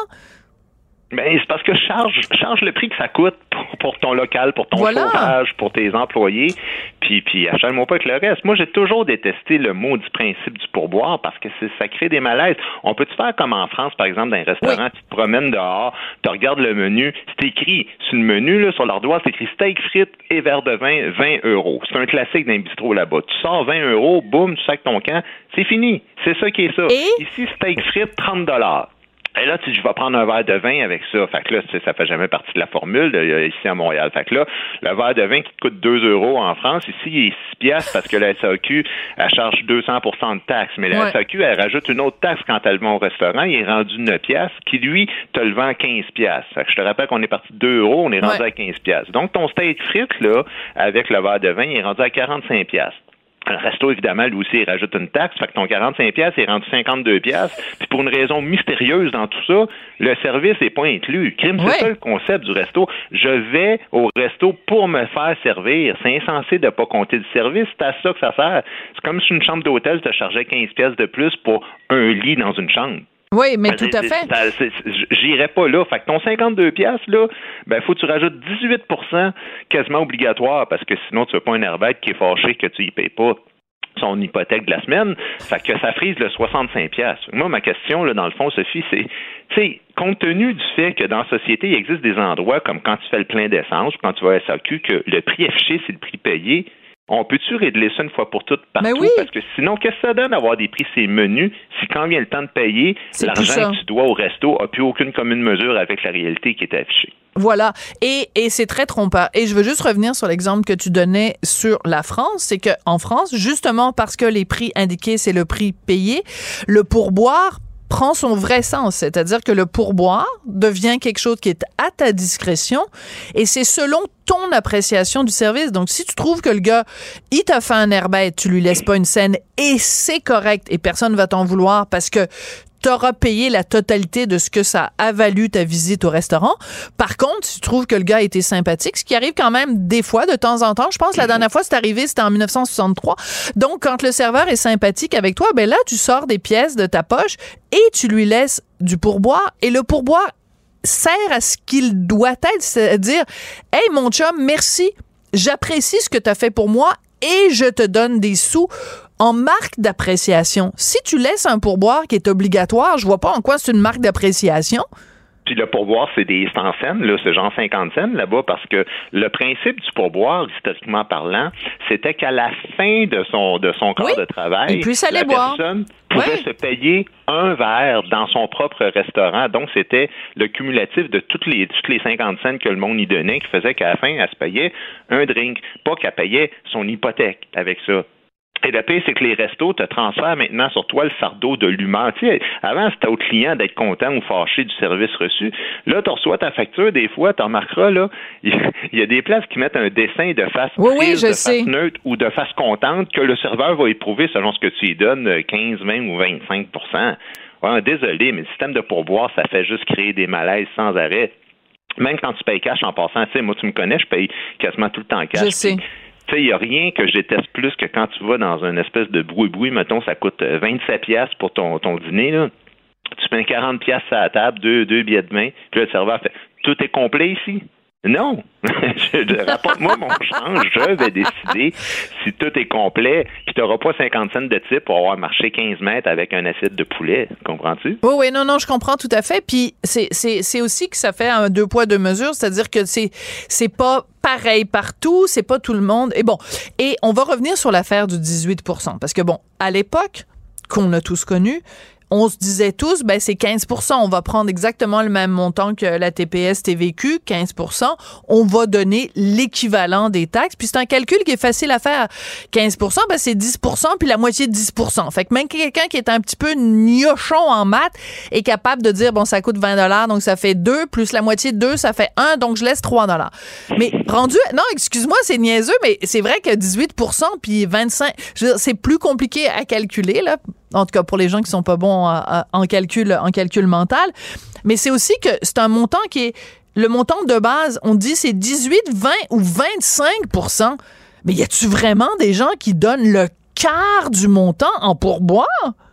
Ben, c'est parce que je charge, je charge le prix que ça coûte pour, pour ton local, pour ton voilà. chauffage, pour tes employés, puis, puis achète-moi pas avec le reste. Moi, j'ai toujours détesté le mot du principe du pourboire parce que c'est, ça crée des malaises. On peut-tu faire comme en France, par exemple, dans un restaurant, oui. Tu te promènes dehors, tu regardes le menu, c'est écrit sur le menu, là, sur l'ardoise, c'est écrit steak frites et verre de vin, vingt euros. C'est un classique d'un bistrot là-bas. Tu sors vingt euros, boum, tu sacs ton camp, c'est fini. C'est ça qui est ça. Et? Ici, steak frites, trente dollars. Et là, tu dis, je vais prendre un verre de vin avec ça. Fait que là, ça fait jamais partie de la formule de, ici à Montréal. Fait que là, le verre de vin qui te coûte deux euros en France, ici, il est six piastres parce que la S A Q, elle charge deux cents pour cent de taxes. Mais la ouais. S A Q, elle rajoute une autre taxe quand elle va au restaurant. Il est rendu neuf piastres, qui, lui, te le vend quinze piastres. Fait que je te rappelle qu'on est parti de deux euros, on est rendu ouais. à quinze piastres. Donc, ton steak frites, là, avec le verre de vin, il est rendu à quarante-cinq piastres. Le resto, évidemment, lui aussi, il rajoute une taxe. Fait que ton quarante-cinq piastres est rendu cinquante-deux piastres. Puis pour une raison mystérieuse dans tout ça, le service n'est pas inclus. Crime, c'est ouais. ça le concept du resto. Je vais au resto pour me faire servir. C'est insensé de ne pas compter le service. C'est à ça que ça sert. C'est comme si une chambre d'hôtel te chargeait quinze piastres de plus pour un lit dans une chambre. Oui, mais c'est, tout à fait. C'est, c'est, c'est, j'irais pas là. Fait que ton cinquante-deux piastres, là, ben, faut que tu rajoutes dix-huit pour cent quasiment obligatoire parce que sinon, tu veux pas un airbag qui est fâché que tu y payes pas son hypothèque de la semaine. Fait que ça frise le soixante-cinq piastres. Moi, ma question, là, dans le fond, Sophie, c'est, tu sais, compte tenu du fait que dans la société, il existe des endroits comme quand tu fais le plein d'essence ou quand tu vas à S A Q, que le prix affiché, c'est le prix payé. On peut-tu régler ça une fois pour toutes partout? Oui. Parce que sinon, qu'est-ce que ça donne d'avoir des prix ces menus si quand vient le temps de payer, c'est l'argent que tu dois au resto n'a plus aucune commune mesure avec la réalité qui est affichée? Voilà. Et, et c'est très trompeur. Et je veux juste revenir sur l'exemple que tu donnais sur la France. C'est qu'en France, justement parce que les prix indiqués, c'est le prix payé, le pourboire prend son vrai sens, c'est-à-dire que le pourboire devient quelque chose qui est à ta discrétion et c'est selon ton appréciation du service. Donc, si tu trouves que le gars, il t'a fait un air bête, tu lui laisses pas une scène et c'est correct et personne va t'en vouloir parce que t'auras payé la totalité de ce que ça a valu ta visite au restaurant. Par contre, si tu trouves que le gars était sympathique, ce qui arrive quand même des fois, de temps en temps, je pense que la dernière fois c'est arrivé, c'était en dix-neuf cent soixante-trois. Donc, quand le serveur est sympathique avec toi, ben là, tu sors des pièces de ta poche et tu lui laisses du pourboire. Et le pourboire sert à ce qu'il doit être, c'est-à-dire, « Hey, mon chum, merci, j'apprécie ce que tu as fait pour moi et je te donne des sous en marque d'appréciation. » Si tu laisses un pourboire qui est obligatoire, je vois pas en quoi c'est une marque d'appréciation. Puis le pourboire, c'est des cent cents, là, c'est genre cinquante cents là-bas, parce que le principe du pourboire, historiquement parlant, c'était qu'à la fin de son de son corps oui, de travail, la boire. personne pouvait ouais. se payer un verre dans son propre restaurant. Donc, c'était le cumulatif de toutes les toutes les cinquante cents que le monde y donnait, qui faisait qu'à la fin, elle se payait un drink, pas qu'elle payait son hypothèque avec ça. Et le pire, c'est que les restos te transfèrent maintenant sur toi le fardeau de l'humain. Tu sais, avant, c'était au client d'être content ou fâché du service reçu. Là, tu reçois ta facture, des fois, tu remarqueras, là, il y a des places qui mettent un dessin de face oui, prise, oui, de sais. face neutre ou de face contente que le serveur va éprouver selon ce que tu lui donnes, quinze, vingt ou vingt-cinq pour cent. Ouais, désolé, mais le système de pourboire, ça fait juste créer des malaises sans arrêt. Même quand tu payes cash en passant, tu sais, moi, tu me connais, je paye quasiment tout le temps cash. Je sais. Tu sais, il n'y a rien que je déteste plus que quand tu vas dans une espèce de bruit-bruit, mettons, ça coûte vingt-sept piastres pour ton, ton dîner, là. Tu mets quarante piastres à la table, deux, deux billets de main, puis le serveur fait « Tout est complet ici? » Non! Rapporte-moi mon change, je vais décider si tout est complet, puis tu n'auras pas cinquante cents de type pour avoir marché quinze mètres avec un assiette de poulet. Comprends-tu? Oui, oui, non, non, je comprends tout à fait. Puis c'est, c'est, c'est aussi que ça fait un deux poids, deux mesures, c'est-à-dire que c'est, c'est pas pareil partout, c'est pas tout le monde. Et bon, et on va revenir sur l'affaire du dix-huit pour cent, parce que bon, à l'époque, qu'on a tous connu, on se disait tous, ben c'est quinze pour cent. On va prendre exactement le même montant que la T P S T V Q, quinze pour cent. On va donner l'équivalent des taxes. Puis c'est un calcul qui est facile à faire. quinze pour cent, ben c'est dix pour cent, puis la moitié de dix pour cent. Fait que même quelqu'un qui est un petit peu gnochon en maths est capable de dire, bon, ça coûte vingt dollars, donc ça fait deux, plus la moitié de deux, ça fait un, donc je laisse trois dollars. Mais rendu, non, excuse-moi, c'est niaiseux, mais c'est vrai que dix-huit pour cent puis vingt-cinq, je veux dire, c'est plus compliqué à calculer, là. En tout cas, pour les gens qui sont pas bons en, en calcul, en calcul mental. Mais c'est aussi que c'est un montant qui est, le montant de base, on dit c'est dix-huit, vingt ou vingt-cinq pour cent. Mais y a-tu vraiment des gens qui donnent le quart du montant en pourboire?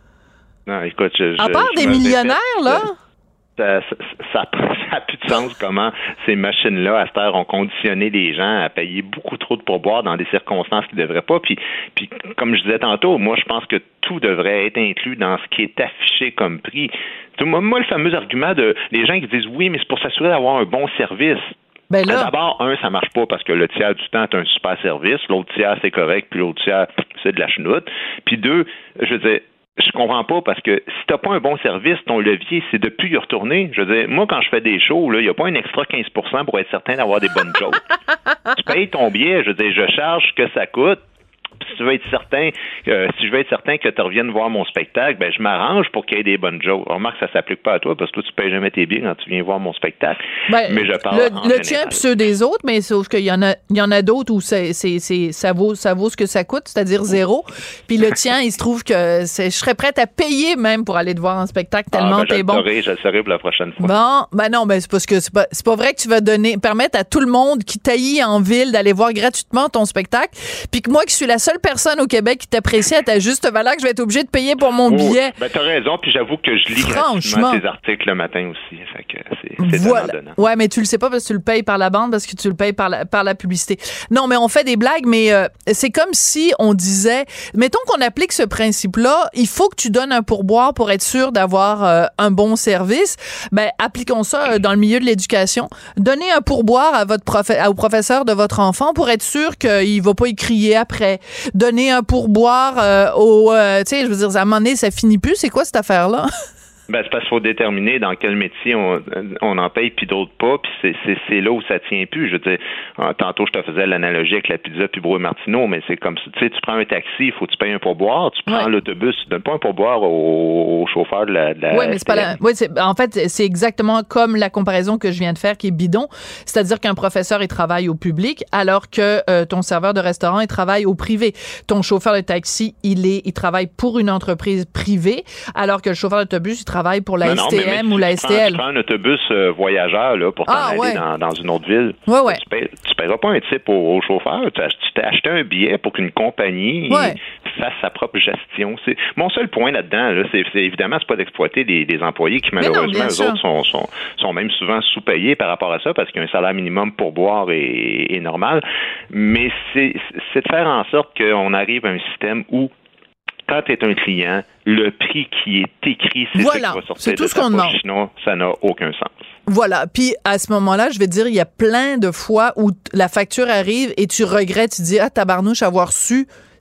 Non, écoute, je, à part je, des je millionnaires, répète, là? Ça n'a ça, plus de sens comment ces machines-là, à cette heure, ont conditionné les gens à payer beaucoup trop de pourboire dans des circonstances qu'ils ne devraient pas. Puis, puis, comme je disais tantôt, moi, je pense que tout devrait être inclus dans ce qui est affiché comme prix. Moi, moi, le fameux argument de les gens qui disent oui, mais c'est pour s'assurer d'avoir un bon service. Ben là... D'abord, un, ça marche pas parce que le tiers du temps, tu as un super service. L'autre tiers, c'est correct. Puis l'autre tiers, c'est de la chenoute. Puis deux, je veux dire, je comprends pas parce que si t'as pas un bon service, ton levier, c'est de plus y retourner. Je veux dire, moi, quand je fais des shows, il n'y a pas un extra quinze pour cent pour être certain d'avoir des bonnes jokes. Tu payes ton billet, je veux dire, je charge ce que ça coûte. Si tu veux être certain, euh, si je veux être certain que tu reviennes voir mon spectacle, ben je m'arrange pour qu'il y ait des bonnes jokes. Remarque, ça s'applique pas à toi parce que toi, tu payes jamais tes billets quand tu viens voir mon spectacle. Ben, mais je parle le, en le tien général. puis ceux des autres, mais sauf qu'il y en a, il y en a d'autres où c'est, c'est, c'est, ça vaut, ça vaut ce que ça coûte, c'est-à-dire zéro. Puis le tien, il se trouve que c'est, je serais prête à payer même pour aller te voir un spectacle tellement ah, ben, t'es bon. Je le saurai, je le saurai pour la prochaine fois. Bon, ben non, ben c'est parce que c'est pas, c'est pas vrai que tu vas donner, permettre à tout le monde qui taillit en ville d'aller voir gratuitement ton spectacle, puis que moi qui suis la seule personne au Québec qui t'apprécie à ta juste valeur, que je vais être obligée de payer pour mon oh, billet. Ben t'as raison, puis j'avoue que je lis gratuitement tes articles le matin aussi. Fait que c'est, c'est voilà. donnant. Ouais, mais tu le sais pas parce que tu le payes par la bande, parce que tu le payes par la, par la publicité. Non, mais on fait des blagues, mais euh, c'est comme si on disait, mettons qu'on applique ce principe-là, il faut que tu donnes un pourboire pour être sûr d'avoir euh, un bon service. Ben, appliquons ça euh, dans le milieu de l'éducation. Donnez un pourboire à votre prof, au professeur de votre enfant pour être sûr qu'il va pas y crier après. Donnez un pourboire euh, au, euh, tu sais, je veux dire, à un moment donné, ça finit plus. C'est quoi cette affaire-là? Ben, c'est parce qu'il faut déterminer dans quel métier on, on en paye puis d'autres pas, puis c'est, c'est, c'est là où ça tient plus. Je veux dire, tantôt, je te faisais l'analogie avec la pizza puis Brouet Martineau, mais c'est comme ça. Tu sais, tu prends un taxi, il faut que tu payes un pourboire. Tu prends ouais. l'autobus, tu donnes pas un pourboire au, au chauffeur de la, de la Oui, mais c'est pas la... Oui, c'est... En fait, c'est exactement comme la comparaison que je viens de faire qui est bidon. C'est-à-dire qu'un professeur, il travaille au public, alors que euh, ton serveur de restaurant, il travaille au privé. Ton chauffeur de taxi, il est, il travaille pour une entreprise privée, alors que le chauffeur d'autobus, il travaille pour la non, S T M non, ou la S T L. Tu prends un autobus euh, voyageur là, pour t'en ah, aller ouais. dans, dans une autre ville. Ouais, ouais. Tu ne paieras pas un type au, au chauffeur. Tu, tu t'es acheté un billet pour qu'une compagnie ouais. fasse sa propre gestion. C'est, mon seul point là-dedans, là, c'est, c'est évidemment, c'est pas d'exploiter des, des employés qui, malheureusement, eux autres, sont, sont, sont même souvent sous-payés par rapport à ça parce qu'un salaire minimum pour boire est, est normal. Mais c'est, c'est de faire en sorte qu'on arrive à un système où quand tu es un client, le prix qui est écrit, c'est voilà, ça qui va sortir c'est tout de ce ta qu'on poche, demande. Sinon, ça n'a aucun sens. Voilà. Puis, à ce moment-là, je vais te dire, il y a plein de fois où la facture arrive et tu regrettes, tu dis, ah, tabarnouche, avoir su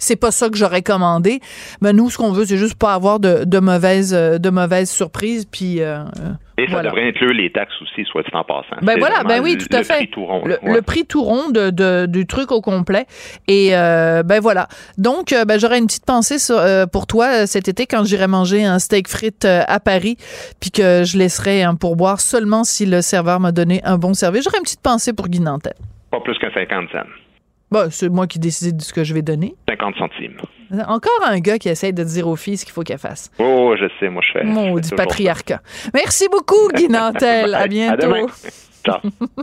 c'est pas ça que j'aurais commandé. Ben nous, ce qu'on veut, c'est juste pas avoir de, de mauvaises de mauvaises surprises. Puis euh, et ça voilà. devrait inclure les taxes aussi, soit dit en passant. Ben c'est voilà, ben oui, tout à le fait. Prix tout rond, le, ouais. le prix tout rond de, de, du truc au complet. Et euh, ben voilà. Donc, euh, ben j'aurais une petite pensée sur, euh, pour toi cet été quand j'irai manger un steak frites euh, à Paris, puis que je laisserai un pourboire seulement si le serveur m'a donné un bon service. J'aurais une petite pensée pour Guy Nantel. Pas plus qu'un cinquante cents. Ben, c'est moi qui décide de ce que je vais donner. cinquante centimes. Encore un gars qui essaie de dire aux filles ce qu'il faut qu'elles fassent. Oh, je sais, moi je fais. Maudit patriarcat. Ça. Merci beaucoup, Guy Nantel. À bientôt. À demain. Ciao.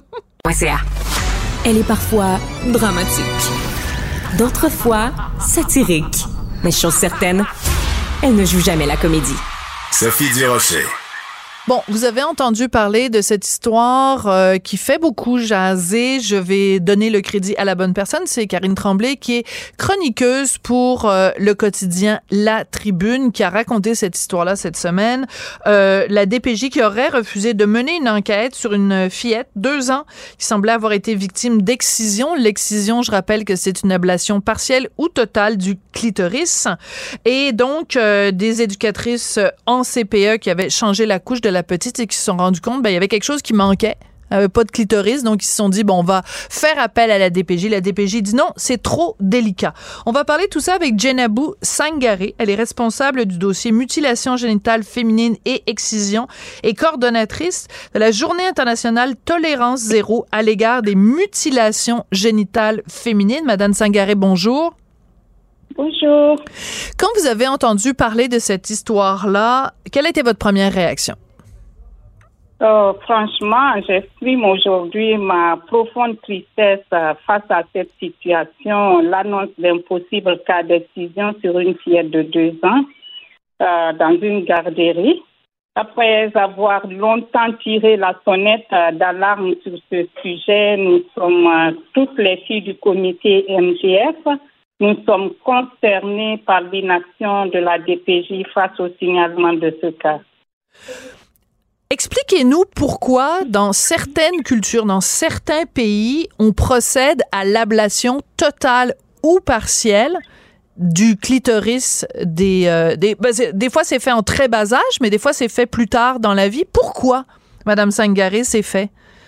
Elle est parfois dramatique, d'autres fois satirique. Mais chose certaine, elle ne joue jamais la comédie. Sophie Durocher. Bon, vous avez entendu parler de cette histoire euh, qui fait beaucoup jaser. Je vais donner le crédit à la bonne personne. C'est Karine Tremblay qui est chroniqueuse pour euh, le quotidien La Tribune qui a raconté cette histoire-là cette semaine. Euh, la D P J qui aurait refusé de mener une enquête sur une fillette, deux ans, qui semblait avoir été victime d'excision. L'excision, je rappelle que c'est une ablation partielle ou totale du clitoris. Et donc, euh, des éducatrices en C P E qui avaient changé la couche de la petite et qui se sont rendus compte ben il y avait quelque chose qui manquait. Il n'y avait pas de clitoris, donc ils se sont dit, bon, on va faire appel à la D P J. La D P J dit non, c'est trop délicat. On va parler tout ça avec Djenabou Sangaré. Elle est responsable du dossier mutilation génitale féminine et excision et coordonnatrice de la Journée internationale tolérance zéro à l'égard des mutilations génitales féminines. Madame Sangaré, bonjour. Bonjour. Quand vous avez entendu parler de cette histoire-là, quelle a été votre première réaction? Euh, franchement, j'exprime aujourd'hui ma profonde tristesse euh, face à cette situation, l'annonce d'un possible cas d'excision sur une fillette de deux ans euh, dans une garderie. Après avoir longtemps tiré la sonnette euh, d'alarme sur ce sujet, nous sommes euh, toutes les filles du comité M G F. Nous sommes concernés par l'inaction de la D P J face au signalement de ce cas. Expliquez-nous pourquoi, dans certaines cultures, dans certains pays, on procède à l'ablation totale ou partielle du clitoris des... Euh, des, ben des fois, c'est fait en très bas âge, mais des fois, c'est fait plus tard dans la vie. Pourquoi, Madame Sangaré, c'est fait?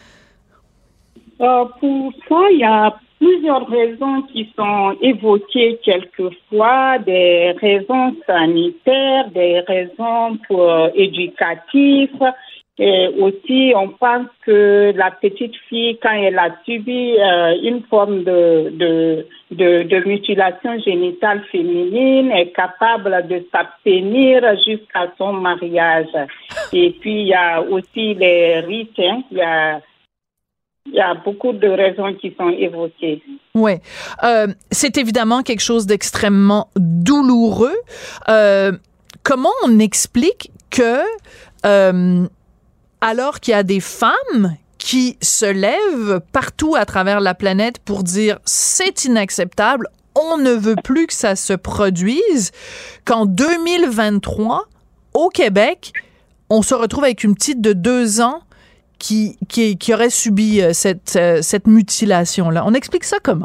Euh, pour ça, il y a plusieurs raisons qui sont évoquées quelquefois, des raisons sanitaires, des raisons pour, euh, éducatives. Et aussi, on pense que la petite fille, quand elle a subi euh, une forme de, de, de, de mutilation génitale féminine, est capable de s'abstenir jusqu'à son mariage. Et puis, il y a aussi les rites, hein, il y a Il y a beaucoup de raisons qui sont évoquées. Oui. Euh, c'est évidemment quelque chose d'extrêmement douloureux. Euh, comment on explique que, euh, alors qu'il y a des femmes qui se lèvent partout à travers la planète pour dire « c'est inacceptable, on ne veut plus que ça se produise », qu'en deux mille vingt-trois, au Québec, on se retrouve avec une petite de deux ans Qui, qui, qui aurait subi euh, cette, euh, cette mutilation-là. On explique ça comment?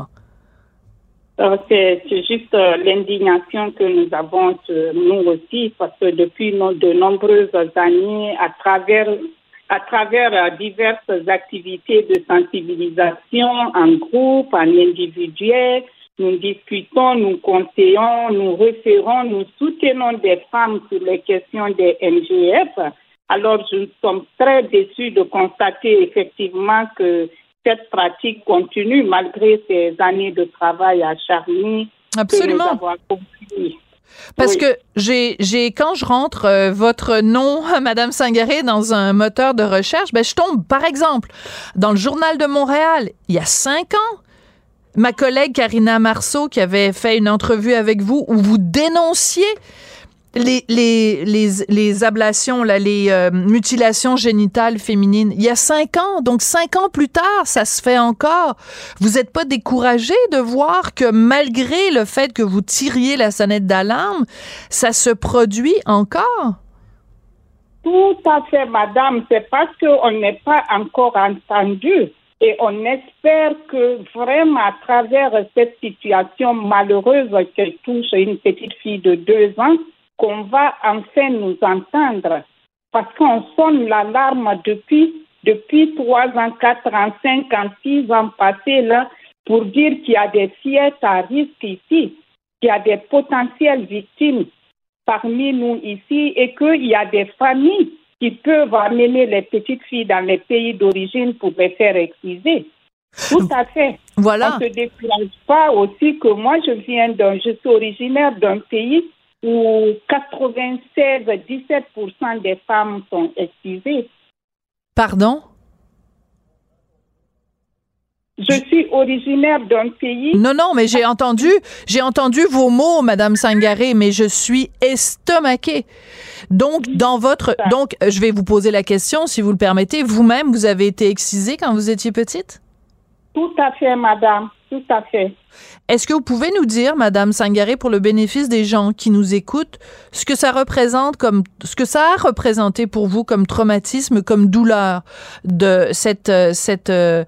Euh, c'est, c'est juste euh, l'indignation que nous avons euh, nous aussi, parce que depuis no, de nombreuses années, à travers, à travers euh, diverses activités de sensibilisation en groupe, en individuel, nous discutons, nous conseillons, nous référons, nous soutenons des femmes sur les questions des M G F. Alors, nous sommes très déçus de constater effectivement que cette pratique continue malgré ces années de travail acharné. Absolument. Parce oui. que j'ai, j'ai, quand je rentre euh, votre nom, Madame Sangaré, dans un moteur de recherche, ben, je tombe, par exemple, dans le Journal de Montréal, il y a cinq ans, ma collègue Karina Marceau, qui avait fait une entrevue avec vous, où vous dénonciez Les, les, les, les ablations, là, les euh, mutilations génitales féminines, il y a cinq ans. Donc, cinq ans plus tard, ça se fait encore. Vous n'êtes pas découragé de voir que malgré le fait que vous tiriez la sonnette d'alarme, ça se produit encore? Tout à fait, madame. C'est parce qu'on n'est pas encore entendu. Et on espère que vraiment à travers cette situation malheureuse qui touche une petite fille de deux ans, qu'on va enfin nous entendre. Parce qu'on sonne l'alarme depuis, depuis trois ans, quatre ans, cinq ans, six ans passés là, pour dire qu'il y a des fillettes à risque ici, qu'il y a des potentielles victimes parmi nous ici et qu'il y a des familles qui peuvent amener les petites filles dans les pays d'origine pour les faire exciser. Tout à fait. Voilà. On ne se décourage pas aussi que moi, je viens d'un, je suis originaire d'un pays où quatre-vingt-seize à dix-sept pour cent des femmes sont excisées. Pardon? Je suis originaire d'un pays... Non, non, mais j'ai entendu, j'ai entendu vos mots, Madame Sangaré, mais je suis estomaquée. Donc, dans votre... Donc, je vais vous poser la question, si vous le permettez. Vous-même, vous avez été excisée quand vous étiez petite? Tout à fait, madame. Tout à fait. Est-ce que vous pouvez nous dire, Madame Sangaré, pour le bénéfice des gens qui nous écoutent, ce que ça représente comme, ce que ça a représenté pour vous comme traumatisme, comme douleur de cette, cette, euh,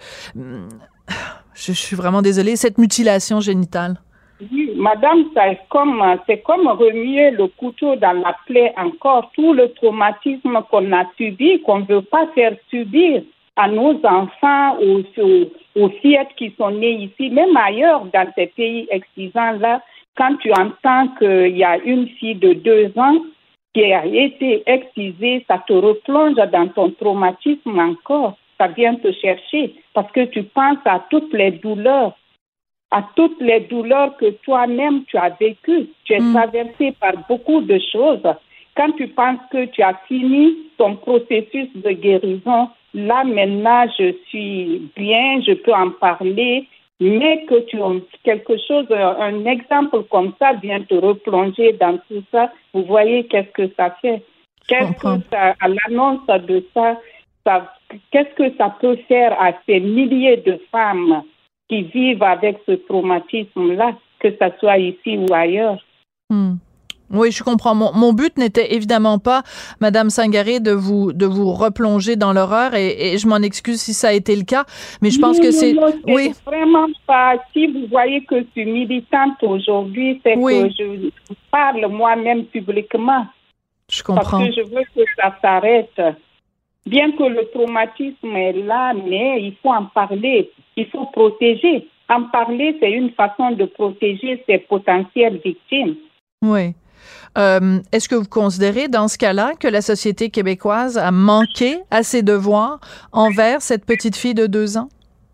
je suis vraiment désolée, cette mutilation génitale? Oui, madame, c'est comme, c'est comme remuer le couteau dans la plaie encore, tout le traumatisme qu'on a subi, qu'on ne veut pas faire subir à nos enfants, aux, aux, aux fillettes qui sont nées ici, même ailleurs dans ces pays excisants-là, quand tu entends qu'il y a une fille de deux ans qui a été excisée, ça te replonge dans ton traumatisme encore. Ça vient te chercher parce que tu penses à toutes les douleurs, à toutes les douleurs que toi-même tu as vécues. Tu es mmh. traversé par beaucoup de choses. Quand tu penses que tu as fini ton processus de guérison, là, maintenant, je suis bien, je peux en parler, mais que tu as quelque chose, un exemple comme ça vient te replonger dans tout ça, vous voyez qu'est-ce que ça fait. Qu'est-ce que ça, à l'annonce de ça, ça, qu'est-ce que ça peut faire à ces milliers de femmes qui vivent avec ce traumatisme-là, que ça soit ici ou ailleurs. Hmm. Oui, je comprends. Mon, mon but n'était évidemment pas, Madame Sangaré, de vous de vous replonger dans l'horreur et, et je m'en excuse si ça a été le cas, mais je pense non, que c'est... Non, c'est oui. vraiment pas... Si vous voyez que je suis militante aujourd'hui, c'est oui. que je parle moi-même publiquement. Je comprends. Parce que je veux que ça s'arrête. Bien que le traumatisme est là, mais il faut en parler. Il faut protéger. En parler, c'est une façon de protéger ces potentielles victimes. Oui. Euh, est-ce que vous considérez dans ce cas-là que la société québécoise a manqué à ses devoirs envers cette petite fille de deux ans?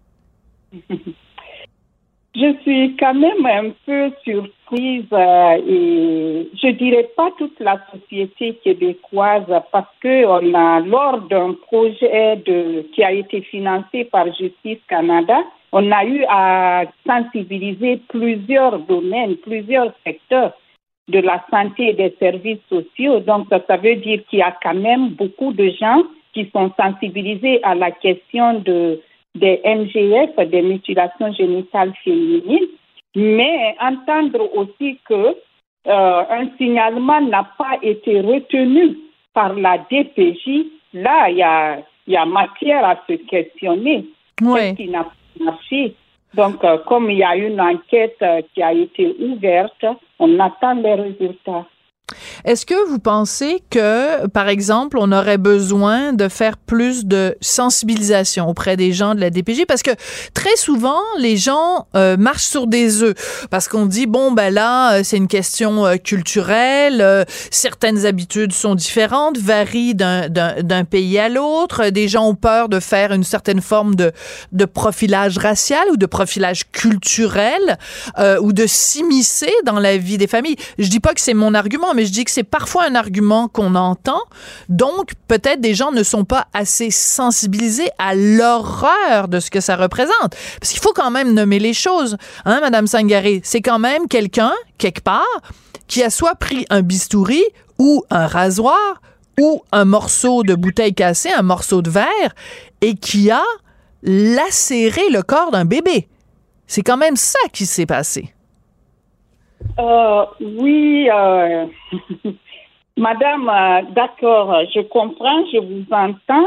Je suis quand même un peu surprise euh, et je dirais pas toute la société québécoise parce que on a, lors d'un projet de, qui a été financé par Justice Canada, on a eu à sensibiliser plusieurs domaines, plusieurs secteurs de la santé et des services sociaux. Donc, ça, ça veut dire qu'il y a quand même beaucoup de gens qui sont sensibilisés à la question de, des M G F, des mutilations génitales féminines, mais entendre aussi que euh, un signalement n'a pas été retenu par la D P J, là, il y a, y a matière à se questionner. Oui. Qu'est-ce qui n'a pas marché? Donc, euh, comme il y a une enquête euh, qui a été ouverte, on attend les résultats. Est-ce que vous pensez que, par exemple, on aurait besoin de faire plus de sensibilisation auprès des gens de la D P J? Parce que très souvent, les gens euh, marchent sur des œufs parce qu'on dit, bon, ben là, c'est une question euh, culturelle, euh, certaines habitudes sont différentes, varient d'un, d'un, d'un pays à l'autre, des gens ont peur de faire une certaine forme de, de profilage racial ou de profilage culturel euh, ou de s'immiscer dans la vie des familles. Je dis pas que c'est mon argument, mais je dis que c'est parfois un argument qu'on entend. Donc, peut-être des gens ne sont pas assez sensibilisés à l'horreur de ce que ça représente. Parce qu'il faut quand même nommer les choses. Hein, Madame Sangaré? C'est quand même quelqu'un, quelque part, qui a soit pris un bistouri ou un rasoir ou un morceau de bouteille cassée, un morceau de verre, et qui a lacéré le corps d'un bébé. C'est quand même ça qui s'est passé. Euh, oui, euh, Madame, euh, d'accord, je comprends, je vous entends,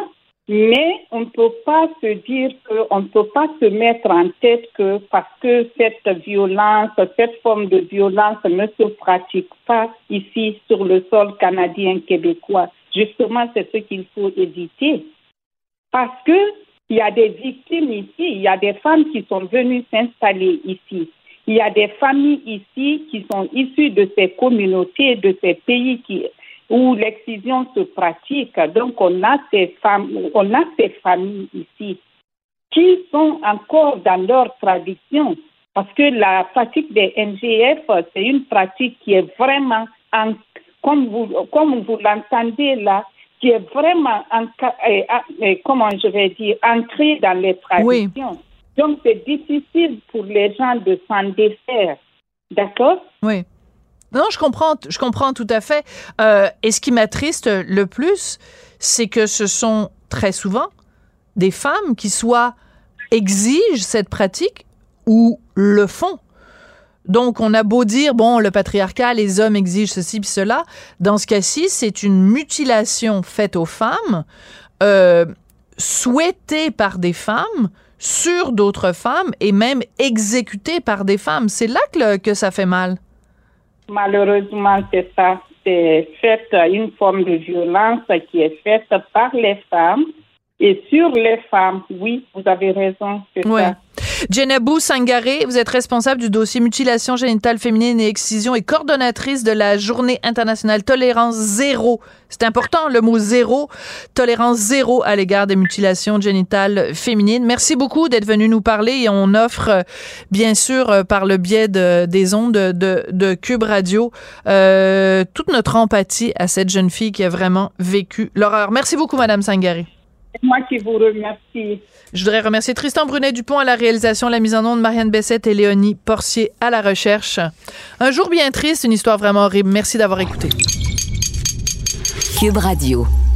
Mais on ne peut pas se dire que, on ne peut pas se mettre en tête que parce que cette violence, cette forme de violence ne se pratique pas ici sur le sol canadien québécois. Justement, c'est ce qu'il faut éviter. Parce que il y a des victimes ici, il y a des femmes qui sont venues s'installer ici. Il y a des familles ici qui sont issues de ces communautés, de ces pays qui où l'excision se pratique. Donc, on a ces femmes, on a ces familles ici qui sont encore dans leur tradition. Parce que la pratique des N G F, c'est une pratique qui est vraiment, en, comme vous, comme vous l'entendez là, qui est vraiment, en, euh, euh, comment je vais dire, ancrée dans les traditions. Oui. Donc, c'est difficile pour les gens de s'en défaire. D'accord? Oui. Non, je comprends, je comprends tout à fait. Euh, et ce qui m'attriste le plus, c'est que ce sont très souvent des femmes qui soit exigent cette pratique ou le font. Donc, on a beau dire, bon, le patriarcat, les hommes exigent ceci puis cela. Dans ce cas-ci, c'est une mutilation faite aux femmes, euh, souhaitée par des femmes, sur d'autres femmes et même exécutée par des femmes. C'est là que, le, que ça fait mal. Malheureusement, c'est ça. C'est fait une forme de violence qui est faite par les femmes et sur les femmes. Oui, vous avez raison, c'est oui. ça. Djenabou Sangaré, vous êtes responsable du dossier mutilation génitale féminine et excision et coordonnatrice de la Journée internationale tolérance zéro. C'est important, le mot zéro, tolérance zéro à l'égard des mutilations génitales féminines. Merci beaucoup d'être venu nous parler et on offre, bien sûr, par le biais de, des ondes de, de, de Cube Radio, euh, toute notre empathie à cette jeune fille qui a vraiment vécu l'horreur. Merci beaucoup, Madame Sangaré. C'est moi qui vous remercie. Je voudrais remercier Tristan Brunet-Dupont à la réalisation, la mise en onde, Marianne Bessette et Léonie Porcier à la recherche. Un jour bien triste, une histoire vraiment horrible. Merci d'avoir écouté. Cube Radio.